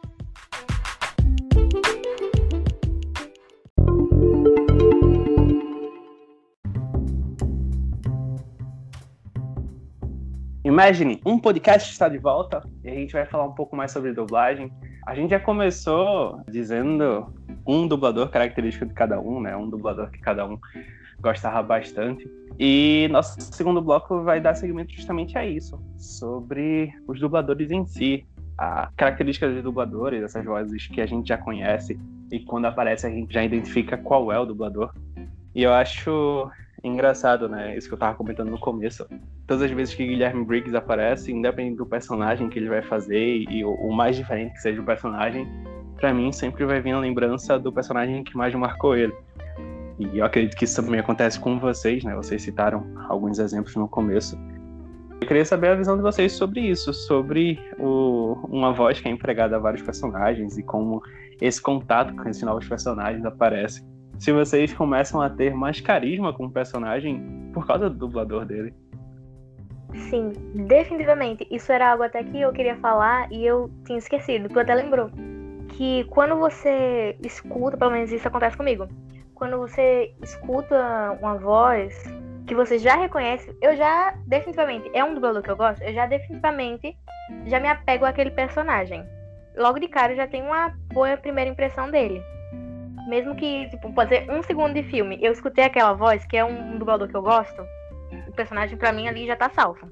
Imagine, um podcast está de volta e a gente vai falar um pouco mais sobre dublagem. A gente já começou dizendo um dublador característico de cada um, né? Um dublador que cada um gostava bastante. E nosso segundo bloco vai dar seguimento justamente a isso, sobre os dubladores em si, a característica dos dubladores, essas vozes que a gente já conhece e quando aparece a gente já identifica qual é o dublador. E eu acho engraçado, né? Isso que eu tava comentando no começo. Todas as vezes que Guilherme Briggs aparece, independente do personagem que ele vai fazer e o, o mais diferente que seja o personagem, pra mim sempre vai vir a lembrança do personagem que mais marcou ele. E eu acredito que isso também acontece com vocês, né? Vocês citaram alguns exemplos no começo. Eu queria saber a visão de vocês sobre isso, sobre o, uma voz que é empregada a vários personagens e como esse contato com esses novos personagens aparece. Se vocês começam a ter mais carisma com o personagem por causa do dublador dele. Sim, definitivamente. Isso era algo até que eu queria falar e eu tinha esquecido. Tu até lembrou. Que quando você escuta, pelo menos isso acontece comigo. Quando você escuta uma voz que você já reconhece, eu já definitivamente, é um dublador que eu gosto, eu já definitivamente já me apego àquele personagem. Logo de cara eu já tenho uma boa primeira impressão dele. Mesmo que, tipo, pode ser um segundo de filme, eu escutei aquela voz, que é um dublador que eu gosto, o personagem pra mim ali já tá salvo.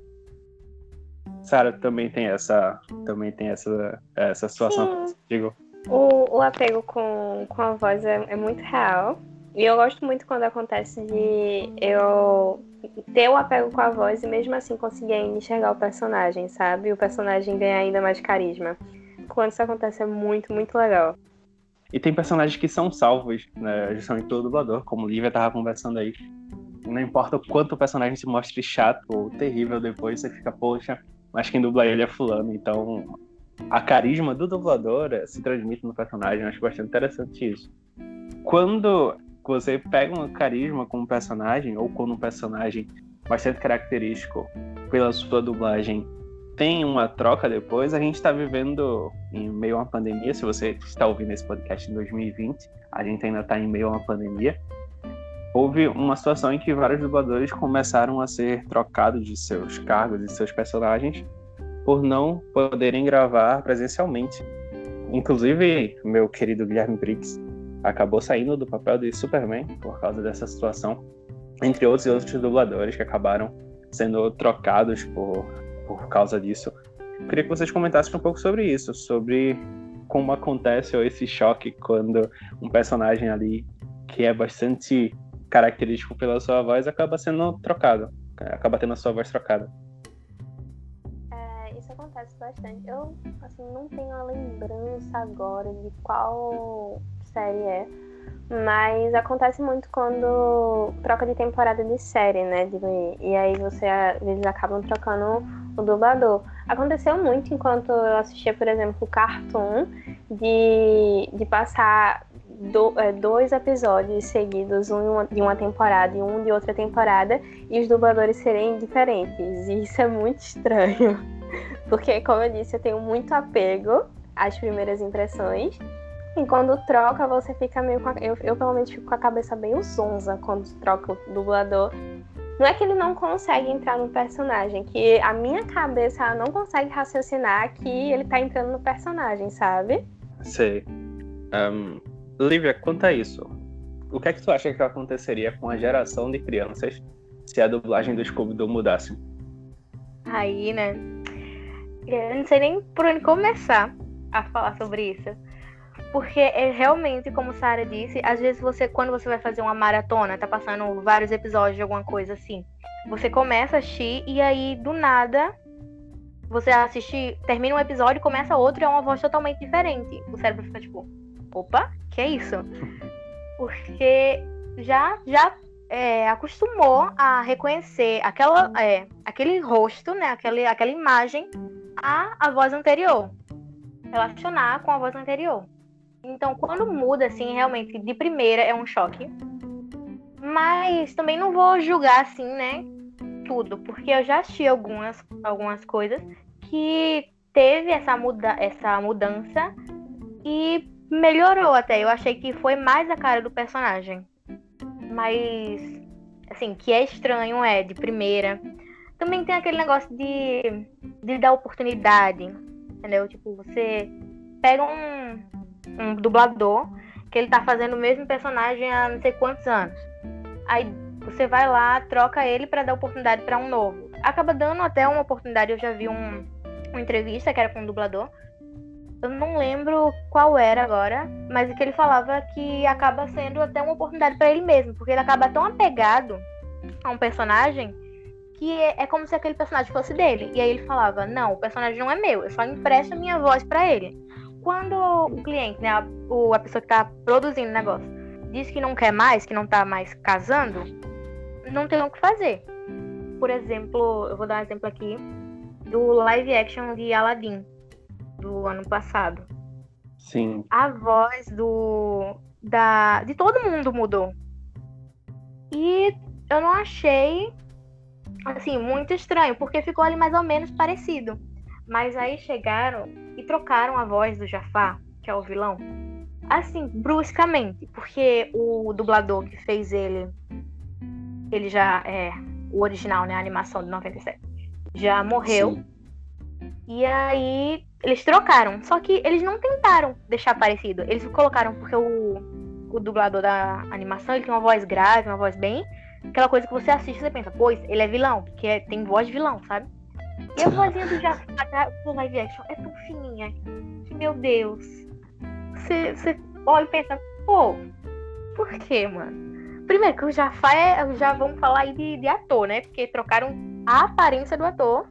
Sarah também tem essa, também tem essa, essa situação. Sim. Digo. O, o apego com, com a voz é, é muito real. E eu gosto muito quando acontece de eu ter o apego com a voz e mesmo assim conseguir ainda enxergar o personagem, sabe? O personagem ganha ainda mais carisma. Quando isso acontece é muito, muito legal. E tem personagens que são salvos, né, justamente pelo dublador, como o Lívia tava conversando aí. Não importa o quanto o personagem se mostre chato ou terrível depois, você fica, poxa, mas quem dubla ele é fulano. Então, a carisma do dublador se transmite no personagem, eu acho bastante interessante isso. Quando você pega um carisma com um personagem, ou quando um personagem bastante característico pela sua dublagem tem uma troca depois, a gente está vivendo em meio a uma pandemia. Se você está ouvindo esse podcast em dois mil e vinte, a gente ainda está em meio a uma pandemia. Houve uma situação em que vários dubladores começaram a ser trocados de seus cargos e seus personagens por não poderem gravar presencialmente. Inclusive, meu querido Guilherme Briggs acabou saindo do papel de Superman por causa dessa situação, entre outros e outros dubladores que acabaram sendo trocados por por causa disso. Eu queria que vocês comentassem um pouco sobre isso, sobre como acontece esse choque quando um personagem ali que é bastante característico pela sua voz acaba sendo trocado, acaba tendo a sua voz trocada. É, acontece bastante. Eu, assim, não tenho a lembrança agora de qual série é, mas acontece muito quando troca de temporada de série, né? De, e aí você, eles acabam trocando o dublador. Aconteceu muito enquanto eu assistia, por exemplo, o Cartoon, de, de passar do, é, dois episódios seguidos, um de uma temporada e um de outra temporada, e os dubladores serem diferentes. E isso é muito estranho, porque, como eu disse, eu tenho muito apego às primeiras impressões. E quando troca, você fica meio com a... eu, eu, pelo menos, fico com a cabeça bem zonza quando troca o dublador. Não é que ele não consegue entrar no personagem, que a minha cabeça ela não consegue raciocinar que ele tá entrando no personagem, sabe? Sei. Um, Lívia, quanto a isso, o que é que tu acha que aconteceria com a geração de crianças se a dublagem do Scooby-Doo mudasse? Aí, né? Eu não sei nem por onde começar a falar sobre isso. Porque é realmente, como Sarah disse, às vezes você, quando você vai fazer uma maratona, tá passando vários episódios de alguma coisa assim, você começa a assistir e aí, do nada, você assiste, termina um episódio, começa outro e é uma voz totalmente diferente. O cérebro fica tipo, opa, que é isso? Porque já, já é, acostumou a reconhecer aquela, é, aquele rosto, né, aquele, aquela imagem, a, a voz anterior. Relacionar com a voz anterior. Então, quando muda, assim, realmente, de primeira é um choque. Mas também não vou julgar, assim, né, tudo. Porque eu já assisti algumas, algumas coisas que teve essa, muda, essa mudança e melhorou até. Eu achei que foi mais a cara do personagem. Mas, assim, que é estranho, é, de primeira. Também tem aquele negócio de, de dar oportunidade, entendeu? Tipo, você pega um... um dublador, que ele tá fazendo o mesmo personagem há não sei quantos anos. Aí você vai lá, troca ele pra dar oportunidade pra um novo. Acaba dando até uma oportunidade, eu já vi um, uma entrevista que era com um dublador. Eu não lembro qual era agora, mas que ele falava que acaba sendo até uma oportunidade pra ele mesmo, porque ele acaba tão apegado a um personagem que é, é como se aquele personagem fosse dele. E aí ele falava, não, o personagem não é meu, eu só empresto a minha voz pra ele. Quando o cliente, né, a, o, a pessoa que está produzindo o negócio, diz que não quer mais, que não está mais casando, não tem o que fazer. Por exemplo, eu vou dar um exemplo aqui do live action de Aladdin, do ano passado. Sim. A voz do, da, de todo mundo mudou. E eu não achei, assim, muito estranho, porque ficou ali mais ou menos parecido. Mas aí chegaram e trocaram a voz do Jafar, que é o vilão, assim, bruscamente. Porque o dublador que fez ele, ele já é o original, né, a animação de noventa e sete, já morreu. Sim. E aí eles trocaram. Só que eles não tentaram deixar parecido. Eles colocaram porque o, o dublador da animação, ele tem uma voz grave, uma voz bem... aquela coisa que você assiste e você pensa, pois, ele é vilão, porque é, tem voz de vilão, sabe? E a vozinha do Jafar do live action é tão fininha. Meu Deus. Você, você olha e pensa, pô, por que, mano? Primeiro que o Jafar é, já vamos falar aí de, de ator, né? Porque trocaram a aparência do ator.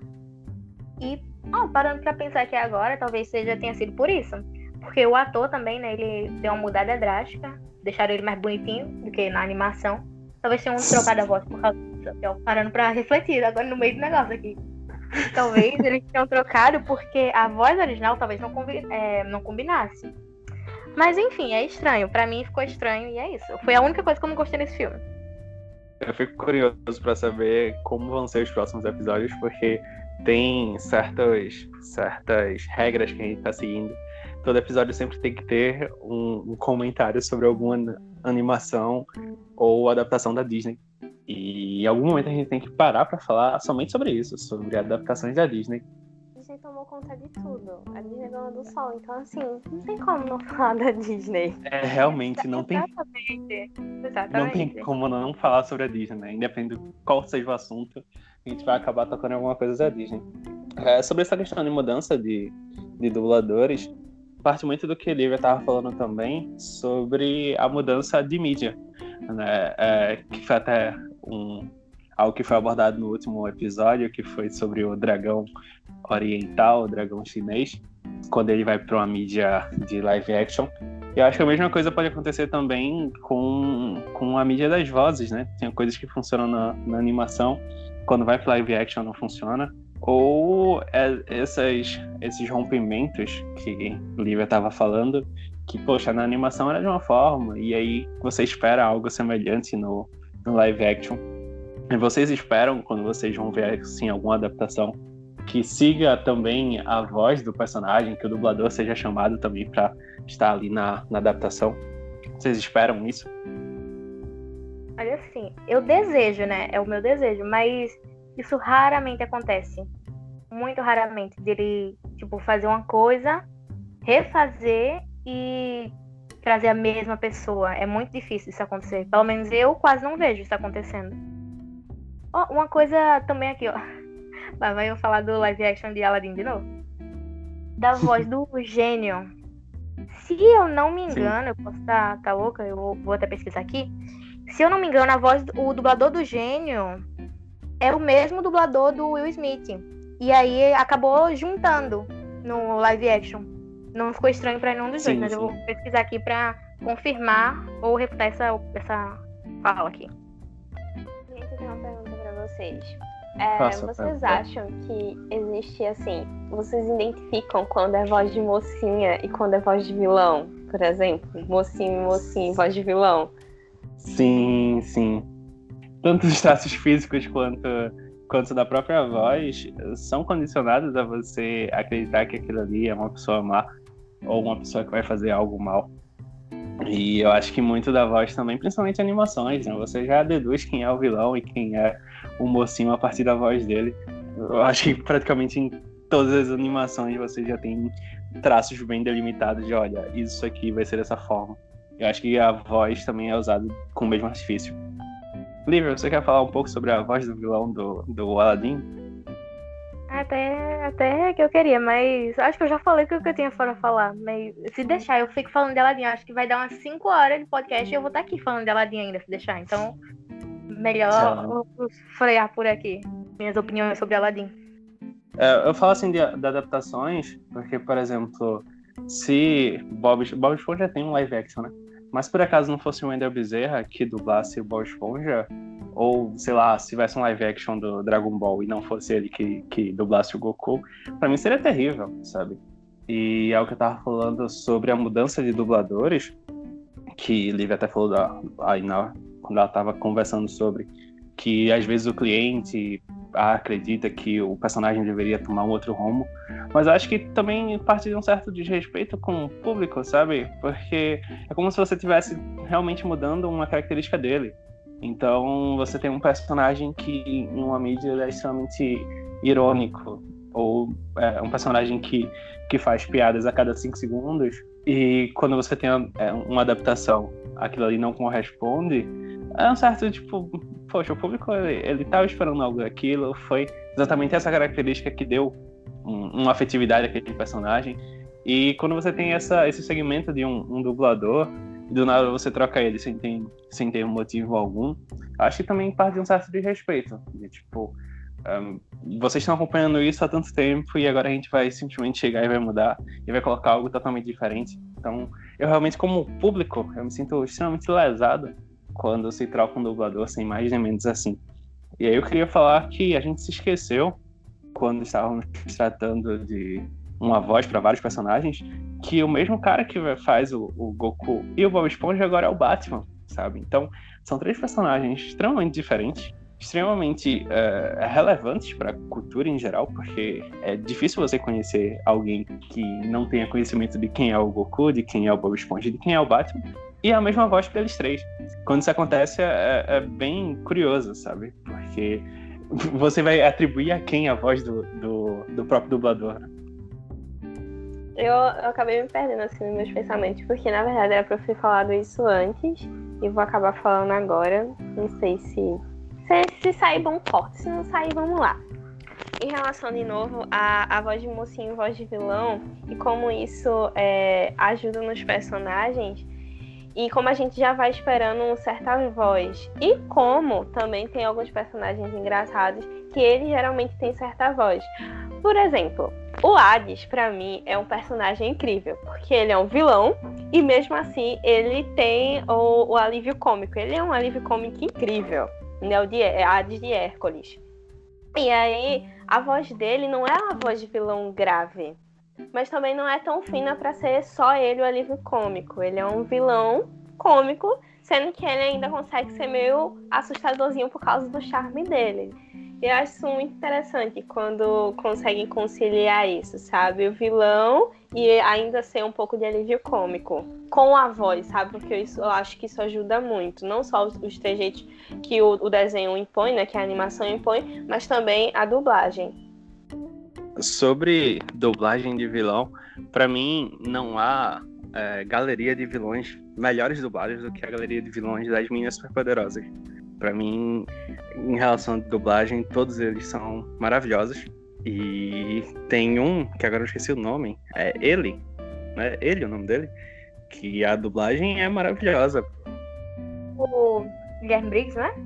E, ó, parando pra pensar aqui agora, talvez seja tenha sido por isso. Porque o ator também, né, ele deu uma mudada drástica. Deixaram ele mais bonitinho do que na animação. Talvez tenham trocado a voz por causa disso. Ó, parando pra refletir agora no meio do negócio aqui. Talvez eles tenham trocado porque a voz original talvez não, combi- é, não combinasse. Mas enfim, é estranho. Pra mim ficou estranho e é isso. Foi a única coisa que eu não gostei nesse filme. Eu fico curioso pra saber como vão ser os próximos episódios, porque tem certas, certas regras que a gente tá seguindo. Todo episódio sempre tem que ter um, um comentário sobre alguma animação ou adaptação da Disney. E em algum momento a gente tem que parar pra falar somente sobre isso, sobre adaptações da Disney. A Disney tomou conta de tudo. A Disney é dona do sol, então assim, não tem como não falar da Disney. É, realmente, não tem, Exatamente. Exatamente. não tem como não falar sobre a Disney, né? Independente de qual seja o assunto, a gente vai acabar tocando em alguma coisa da Disney. É, sobre essa questão de mudança de, de dubladores, parte muito do que a Lívia estava falando também sobre a mudança de mídia, né? É, que foi até um, algo que foi abordado no último episódio, que foi sobre o dragão oriental, o dragão chinês, quando ele vai para uma mídia de live action. Eu acho que a mesma coisa pode acontecer também com, com a mídia das vozes, né? Tem coisas que funcionam na, na animação, quando vai para live action não funciona. Ou é, essas, esses rompimentos que o Lívia estava falando, que, poxa, na animação era de uma forma, e aí você espera algo semelhante no, no live action. E vocês esperam, quando vocês vão ver assim, alguma adaptação, que siga também a voz do personagem, que o dublador seja chamado também para estar ali na, na adaptação? Vocês esperam isso? Olha, assim, eu desejo, né? É o meu desejo, mas isso raramente acontece. Muito raramente. Dele, tipo, fazer uma coisa, refazer e trazer a mesma pessoa. É muito difícil isso acontecer. Pelo menos eu quase não vejo isso acontecendo. Oh, uma coisa também aqui, ó. Lá vai eu falar do live action de Aladdin de novo. Da voz do gênio. Se eu não me engano, Sim. eu posso estar tá louca, eu vou, vou até pesquisar aqui. Se eu não me engano, a voz, o dublador do gênio é o mesmo dublador do Will Smith. E aí acabou juntando no live action. Não ficou estranho pra nenhum dos sim, dois, mas sim. eu vou pesquisar aqui pra confirmar ou refutar essa, essa fala aqui. Gente, eu tenho uma pergunta pra vocês. É, Nossa, vocês tá, acham que existe assim, vocês identificam quando é voz de mocinha e quando é voz de vilão, por exemplo? Mocinho, mocinho, voz de vilão? Sim, sim. Tanto os traços físicos quanto, quanto da própria voz são condicionados a você acreditar que aquilo ali é uma pessoa má ou uma pessoa que vai fazer algo mal. E eu acho que muito da voz também, principalmente animações, né? Você já deduz quem é o vilão e quem é o mocinho a partir da voz dele. Eu acho que praticamente em todas as animações você já tem traços bem delimitados de, olha, isso aqui vai ser dessa forma. Eu acho que a voz também é usada com o mesmo artifício. Lívia, você quer falar um pouco sobre a voz do vilão do, do Aladdin? Até, até que eu queria, mas acho que eu já falei o que eu tinha para falar. Mas se deixar, eu fico falando de Aladdin. Acho que vai dar umas cinco horas de podcast e eu vou estar aqui falando de Aladdin ainda, se deixar. Então, melhor eu frear por aqui minhas opiniões sobre Aladdin. É, eu falo assim de, de adaptações, porque, por exemplo, se Bob, Bob Esponja tem um live action, né? Mas por acaso não fosse o Wendell Bezerra que dublasse o Bob Esponja, ou, sei lá, se tivesse um live action do Dragon Ball e não fosse ele que, que dublasse o Goku, pra mim seria terrível, sabe? E é o que eu tava falando sobre a mudança de dubladores, que Lívia até falou da, aí na, quando ela tava conversando sobre que às vezes o cliente acredita que o personagem deveria tomar um outro rumo, mas eu acho que também parte de um certo desrespeito com o público, sabe? Porque é como se você estivesse realmente mudando uma característica dele. Então você tem um personagem que em uma mídia é extremamente irônico, ou é um personagem que, que faz piadas a cada cinco segundos, e quando você tem uma, uma adaptação, aquilo ali não corresponde, é um certo, tipo, poxa, o público, ele, ele tava esperando algo daquilo, foi exatamente essa característica que deu um, uma afetividade àquele personagem, e quando você tem essa, esse segmento de um, um dublador, e do nada você troca ele sem ter, sem ter motivo algum, acho que também parte de um certo desrespeito, de tipo, um, vocês estão acompanhando isso há tanto tempo e agora a gente vai simplesmente chegar e vai mudar, e vai colocar algo totalmente diferente. Então, eu realmente, como público, eu me sinto extremamente lesado quando se troca um dublador sem mais nem menos assim. E aí eu queria falar que a gente se esqueceu, quando estávamos tratando de uma voz para vários personagens, que o mesmo cara que faz o, o Goku e o Bob Esponja agora é o Batman, sabe? Então, são três personagens extremamente diferentes, extremamente uh, relevantes para a cultura em geral, porque é difícil você conhecer alguém que não tenha conhecimento de quem é o Goku, de quem é o Bob Esponja, de quem é o Batman, e a mesma voz para eles três. Quando isso acontece, é, é bem curioso, sabe? Porque você vai atribuir a quem a voz do, do, do próprio dublador, né? Eu, eu acabei me perdendo assim nos meus pensamentos, porque na verdade era pra eu ter falado isso antes e vou acabar falando agora. Não sei se, se, se sair bom corte, se não sair, vamos lá. Em relação de novo à, à voz de mocinho e voz de vilão, e como isso é, ajuda nos personagens, E como a gente já vai esperando uma certa voz. E como também tem alguns personagens engraçados que eles geralmente têm certa voz. Por exemplo, o Hades, pra mim, é um personagem incrível. Porque ele é um vilão e mesmo assim ele tem o, o alívio cômico. Ele é um alívio cômico incrível. Né? O de, Hades de Hércules. E aí, a voz dele não é uma voz de vilão grave. Mas também não é tão fina pra ser só ele o alívio cômico. Ele é um vilão cômico, sendo que ele ainda consegue ser meio assustadorzinho por causa do charme dele. E eu acho isso muito interessante quando conseguem conciliar isso, sabe? O vilão e ainda ser um pouco de alívio cômico. Com a voz, sabe? Porque isso, eu acho que isso ajuda muito. Não só os, os trejeitos que o, o desenho impõe, né? Que a animação impõe, mas também a dublagem. Sobre dublagem de vilão, pra mim não há é, galeria de vilões melhores dublados do que a galeria de vilões das Meninas Superpoderosas. Pra mim, em relação à dublagem, todos eles são maravilhosos. E tem um, que agora eu esqueci o nome, é ele, né? Ele é o nome dele, que a dublagem é maravilhosa. O Guilherme Briggs, né?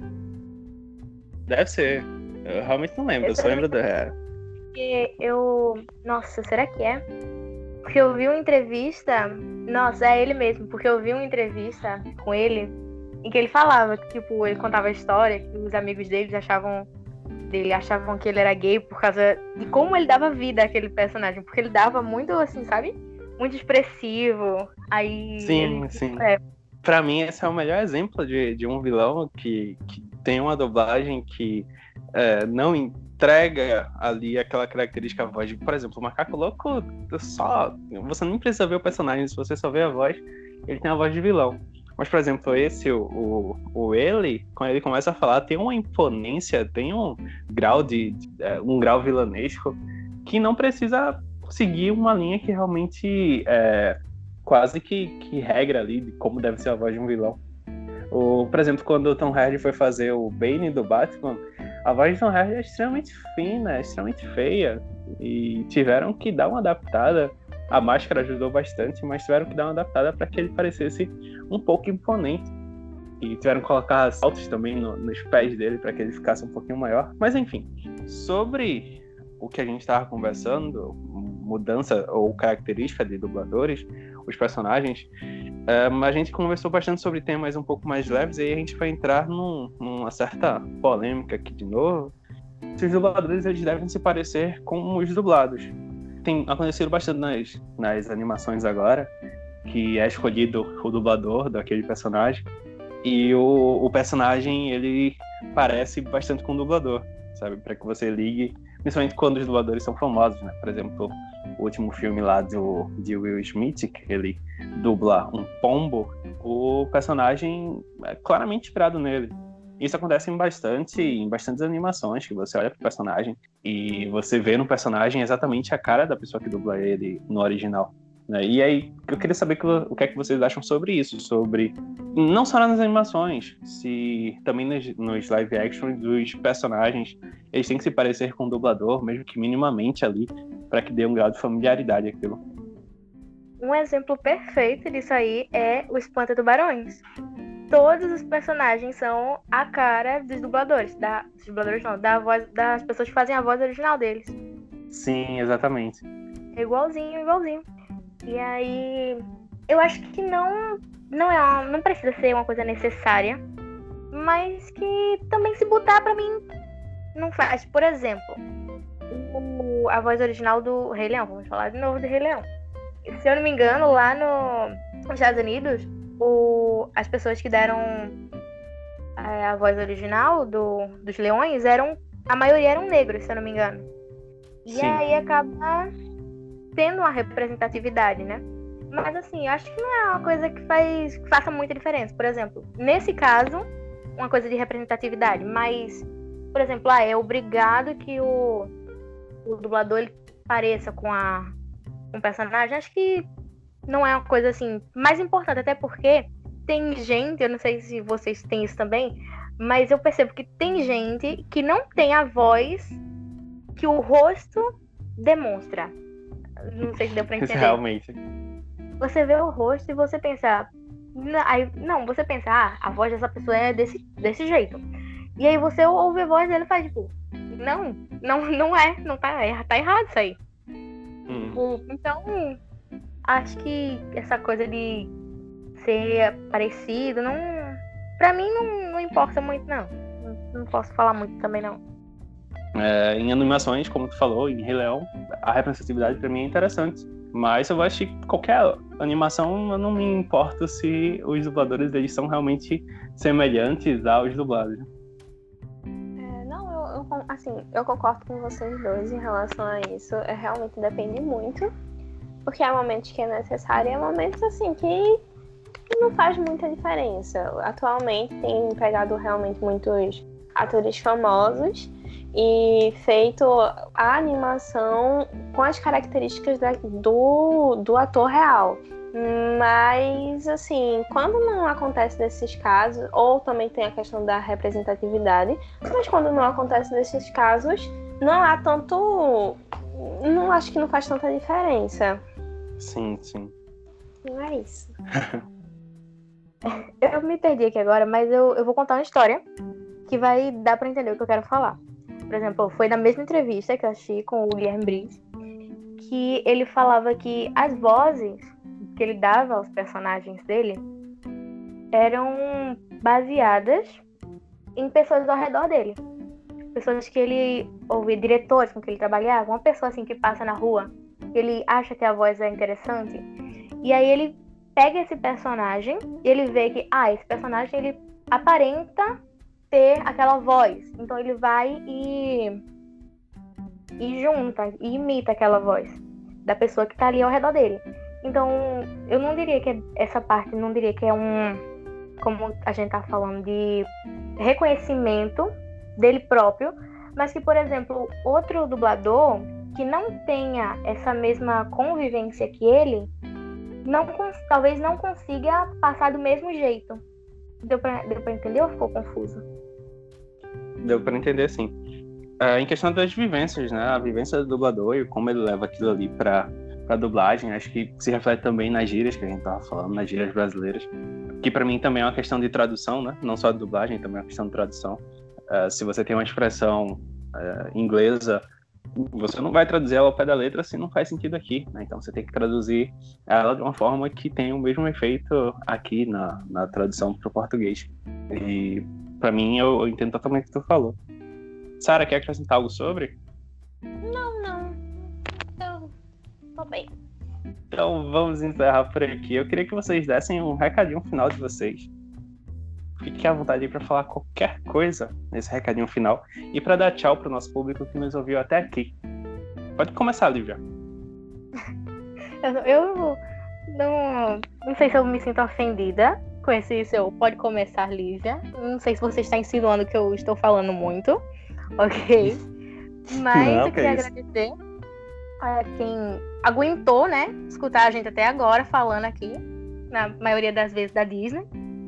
Deve ser. Eu realmente não lembro, eu, eu só lembro da... Porque eu... Nossa, será que é? Porque eu vi uma entrevista... Nossa, é ele mesmo. Porque eu vi uma entrevista com ele em que ele falava que, tipo, ele contava a história, que os amigos dele achavam... Dele achavam que ele era gay por causa de como ele dava vida àquele personagem. Porque ele dava muito, assim, sabe? Muito expressivo. Aí... Sim, ele... sim. É. Pra mim, esse é o melhor exemplo de, de um vilão que, que tem uma dublagem que é, não entrega ali aquela característica da voz. Por exemplo, o Macaco Louco, só, você nem precisa ver o personagem, se você só vê a voz, ele tem a voz de vilão. Mas, por exemplo, esse, o, o, o ele, quando ele começa a falar, tem uma imponência, tem um grau de, de um grau vilanesco que não precisa seguir uma linha que realmente é quase que, que regra ali de como deve ser a voz de um vilão. O, por exemplo, quando o Tom Hardy foi fazer o Bane do Batman, a voz de Tom Hardy é extremamente fina, é extremamente feia, e tiveram que dar uma adaptada. A máscara ajudou bastante, mas tiveram que dar uma adaptada para que ele parecesse um pouco imponente. E tiveram que colocar saltos também no, nos pés dele para que ele ficasse um pouquinho maior. Mas enfim, sobre o que a gente estava conversando, mudança ou característica de dubladores, os personagens, um, a gente conversou bastante sobre temas um pouco mais leves, e aí a gente vai entrar num, numa certa polêmica aqui de novo. Se os dubladores eles devem se parecer com os dublados. Tem acontecido bastante nas, nas animações agora, que é escolhido o dublador daquele personagem, e o, o personagem ele parece bastante com o dublador, sabe? Para que você ligue, principalmente quando os dubladores são famosos, né? Por exemplo, o último filme lá do, de Will Smith, que ele dubla um pombo, o personagem é claramente inspirado nele. Isso acontece em bastante, em bastantes animações, que você olha pro personagem e você vê no personagem exatamente a cara da pessoa que dubla ele no original, né? E aí, eu queria saber o que é que vocês acham sobre isso, sobre, não só nas animações, se também nos, nos live action dos personagens, eles têm que se parecer com o dublador, mesmo que minimamente ali, para que dê um grau de familiaridade àquilo. Um exemplo perfeito disso aí é o Espanta-Tubarões. Todos os personagens são a cara dos dubladores, da, dos dubladores não, da voz, das pessoas que fazem a voz original deles. Sim, exatamente. É igualzinho, igualzinho. E aí, eu acho que não, não, é uma, não precisa ser uma coisa necessária, mas que também se botar pra mim não faz. Por exemplo, o, a voz original do Rei Leão, vamos falar de novo do Rei Leão. Se eu não me engano, lá no, nos Estados Unidos, O, as pessoas que deram é, a voz original do, dos leões eram, a maioria eram negros, se eu não me engano. E Sim. aí acaba tendo uma representatividade, né? Mas assim, eu acho que não é uma coisa que, faz, que faça muita diferença. Por exemplo, nesse caso, uma coisa de representatividade, mas, por exemplo, ah, é obrigado que o, o dublador ele pareça com a, com o personagem. Acho que não é uma coisa assim mais importante, até porque tem gente, eu não sei se vocês têm isso também, mas eu percebo que tem gente que não tem a voz que o rosto demonstra. Não sei se deu pra entender. Realmente. Você vê o rosto e você pensa, Aí, não, você pensa, ah, a voz dessa pessoa é desse, desse jeito. E aí você ouve a voz dele e faz, tipo, não, não, não é, não tá, é, tá errado isso aí. Hum. Então, acho que essa coisa de ser parecido, não, pra mim não, não importa muito, não. não. Não posso falar muito também, não. É, em animações, como tu falou, em Rei Leão, a representatividade pra mim é interessante. Mas eu vou assistir qualquer animação, eu não me importo se os dubladores eles são realmente semelhantes aos dublados. É, não, eu, eu, assim, eu concordo com vocês dois em relação a isso. É, realmente depende muito. Porque há momentos que é necessário e há momentos assim que, que não faz muita diferença. Atualmente tem pegado realmente muitos atores famosos e feito a animação com as características da, do, do ator real. Mas, assim, quando não acontece desses casos, ou também tem a questão da representatividade, mas quando não acontece desses casos, não há tanto... Não acho que não faz tanta diferença. Sim, sim. Não é isso. Eu me perdi aqui agora, mas eu, eu vou contar uma história que vai dar pra entender o que eu quero falar. Por exemplo, foi na mesma entrevista que eu assisti com o Guilherme Briggs, que ele falava que as vozes que ele dava aos personagens dele eram baseadas em pessoas ao redor dele. Pessoas que ele ouvia, diretores com que ele trabalhava, uma pessoa assim que passa na rua, que ele acha que a voz é interessante, e aí ele pega esse personagem e ele vê que, ah, esse personagem ele aparenta ter aquela voz. Então ele vai e, e junta, e imita aquela voz da pessoa que tá ali ao redor dele. Então, eu não diria que essa parte, não diria que é um, como a gente tá falando, de reconhecimento dele próprio, mas que, por exemplo, outro dublador que não tenha essa mesma convivência que ele, não, talvez não consiga passar do mesmo jeito. Deu pra, deu pra entender ou ficou confuso? Deu pra entender, sim. É, em questão das vivências, né? A vivência do dublador e como ele leva aquilo ali pra, pra dublagem, acho que se reflete também nas gírias que a gente tava falando, nas gírias brasileiras, que pra mim também é uma questão de tradução, né? Não só de dublagem, também é uma questão de tradução. É, se você tem uma expressão é, inglesa, você não vai traduzir ela ao pé da letra se não faz sentido aqui, né? Então você tem que traduzir ela de uma forma que tenha o mesmo efeito aqui na, na tradução para o português. E para mim eu, eu entendo totalmente o que tu falou. Sara, quer acrescentar algo sobre? Não, não. Eu tô bem. Então vamos encerrar por aqui. Eu queria que vocês dessem um recadinho final de vocês. Fique à vontade aí para falar qualquer coisa nesse recadinho final e para dar tchau pro nosso público que nos ouviu até aqui. Pode começar, Lívia. Eu, eu não, não sei se eu me sinto ofendida com esse seu pode começar, Lívia. Não sei se você está insinuando que eu estou falando muito, ok? Mas Não, eu queria que é isso. agradecer a quem aguentou, né? Escutar a gente até agora falando aqui, na maioria das vezes da Disney.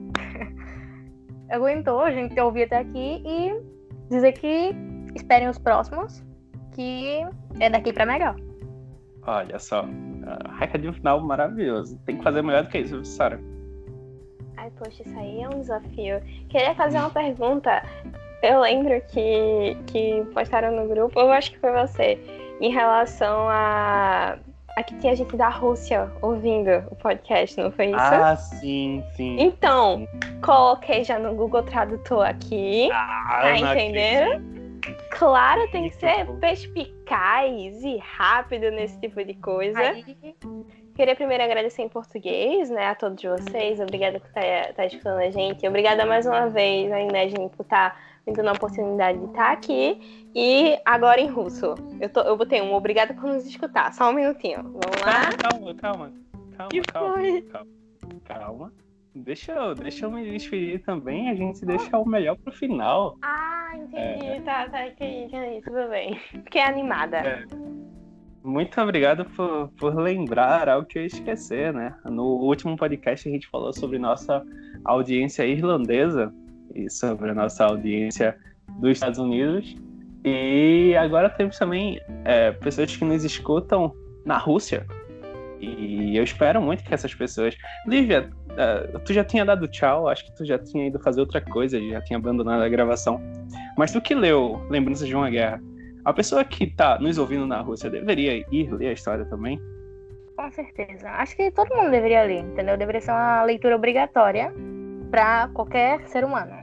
Aguentou a gente ouvir até aqui e dizer que esperem os próximos, que é daqui pra melhor. Olha só, uh, recadinho final maravilhoso. Tem que fazer melhor do que isso, Sara. Ai, poxa, isso aí é um desafio. Queria fazer uma pergunta. Eu lembro que, que postaram no grupo, eu acho que foi você, em relação a... Aqui tinha gente da Rússia ouvindo o podcast, não foi isso? Ah, sim, sim. Então, coloquei já no Google Tradutor aqui, Ah, tá não entendendo? acredito. Claro, tem que Muito ser bom. perspicaz e rápido nesse tipo de coisa. Aí, Queria primeiro agradecer em português, né, a todos vocês. Obrigada por estar tá escutando a gente. Obrigada mais uma vez a Imagine por estar me dando a oportunidade de estar aqui. E agora em russo. Eu, tô, eu botei um obrigada por nos escutar. Só um minutinho. Vamos lá? Calma, calma, calma, Que calma, foi? calma, calma. Deixa eu, deixa eu me despedir também, a gente deixa o melhor pro final. Ah, entendi. Tá, tá, entendi, entendi. Tudo bem. Fiquei animada. É. Muito obrigado por, por lembrar algo que eu ia esquecer, né? No último podcast a gente falou sobre nossa audiência irlandesa e sobre a nossa audiência dos Estados Unidos. E agora temos também é, pessoas que nos escutam na Rússia. E eu espero muito que essas pessoas... Lívia, uh, tu já tinha dado tchau, acho que tu já tinha ido fazer outra coisa, já tinha abandonado a gravação. Mas tu que leu Lembranças de uma Guerra, a pessoa que tá nos ouvindo na Rússia deveria ir ler a história também? Com certeza. Acho que todo mundo deveria ler, entendeu? Deveria ser uma leitura obrigatória para qualquer ser humano.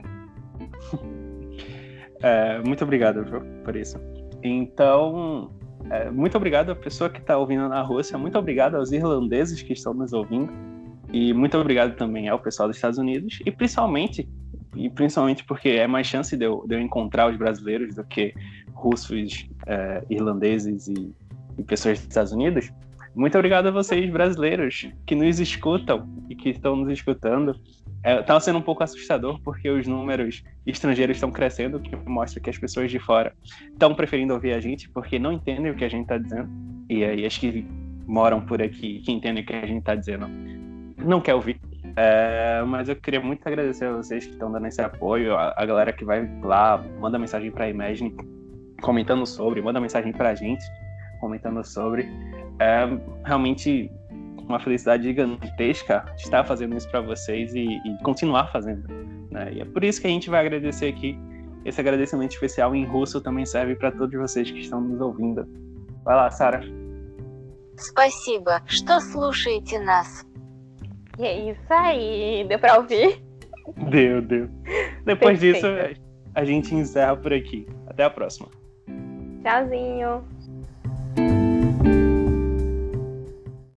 É, muito obrigado, Ju, por isso. Então, é, muito obrigado à pessoa que está ouvindo na Rússia, muito obrigado aos irlandeses que estão nos ouvindo, e muito obrigado também ao pessoal dos Estados Unidos, e principalmente, e principalmente porque é mais chance de eu, de eu encontrar os brasileiros do que russos, é, irlandeses e, e pessoas dos Estados Unidos. Muito obrigado a vocês, brasileiros, que nos escutam e que estão nos escutando. É, tá sendo um pouco assustador porque os números estrangeiros estão crescendo, o que mostra que as pessoas de fora estão preferindo ouvir a gente porque não entendem o que a gente está dizendo. E aí as que moram por aqui, que entendem o que a gente está dizendo, não quer ouvir. É, mas eu queria muito agradecer a vocês que estão dando esse apoio, a, a galera que vai lá, manda mensagem para a Imagine comentando sobre, manda mensagem para a gente comentando sobre. É realmente uma felicidade gigantesca estar fazendo isso para vocês e, e continuar fazendo, né? E é por isso que a gente vai agradecer aqui. Esse agradecimento especial em russo também serve para todos vocês que estão nos ouvindo. Vai lá, Sara. Спасибо, что слушаете нас. E é isso aí, deu pra ouvir? Deu, deu. Depois Perfeito. disso, a gente encerra por aqui. Até a próxima. Tchauzinho.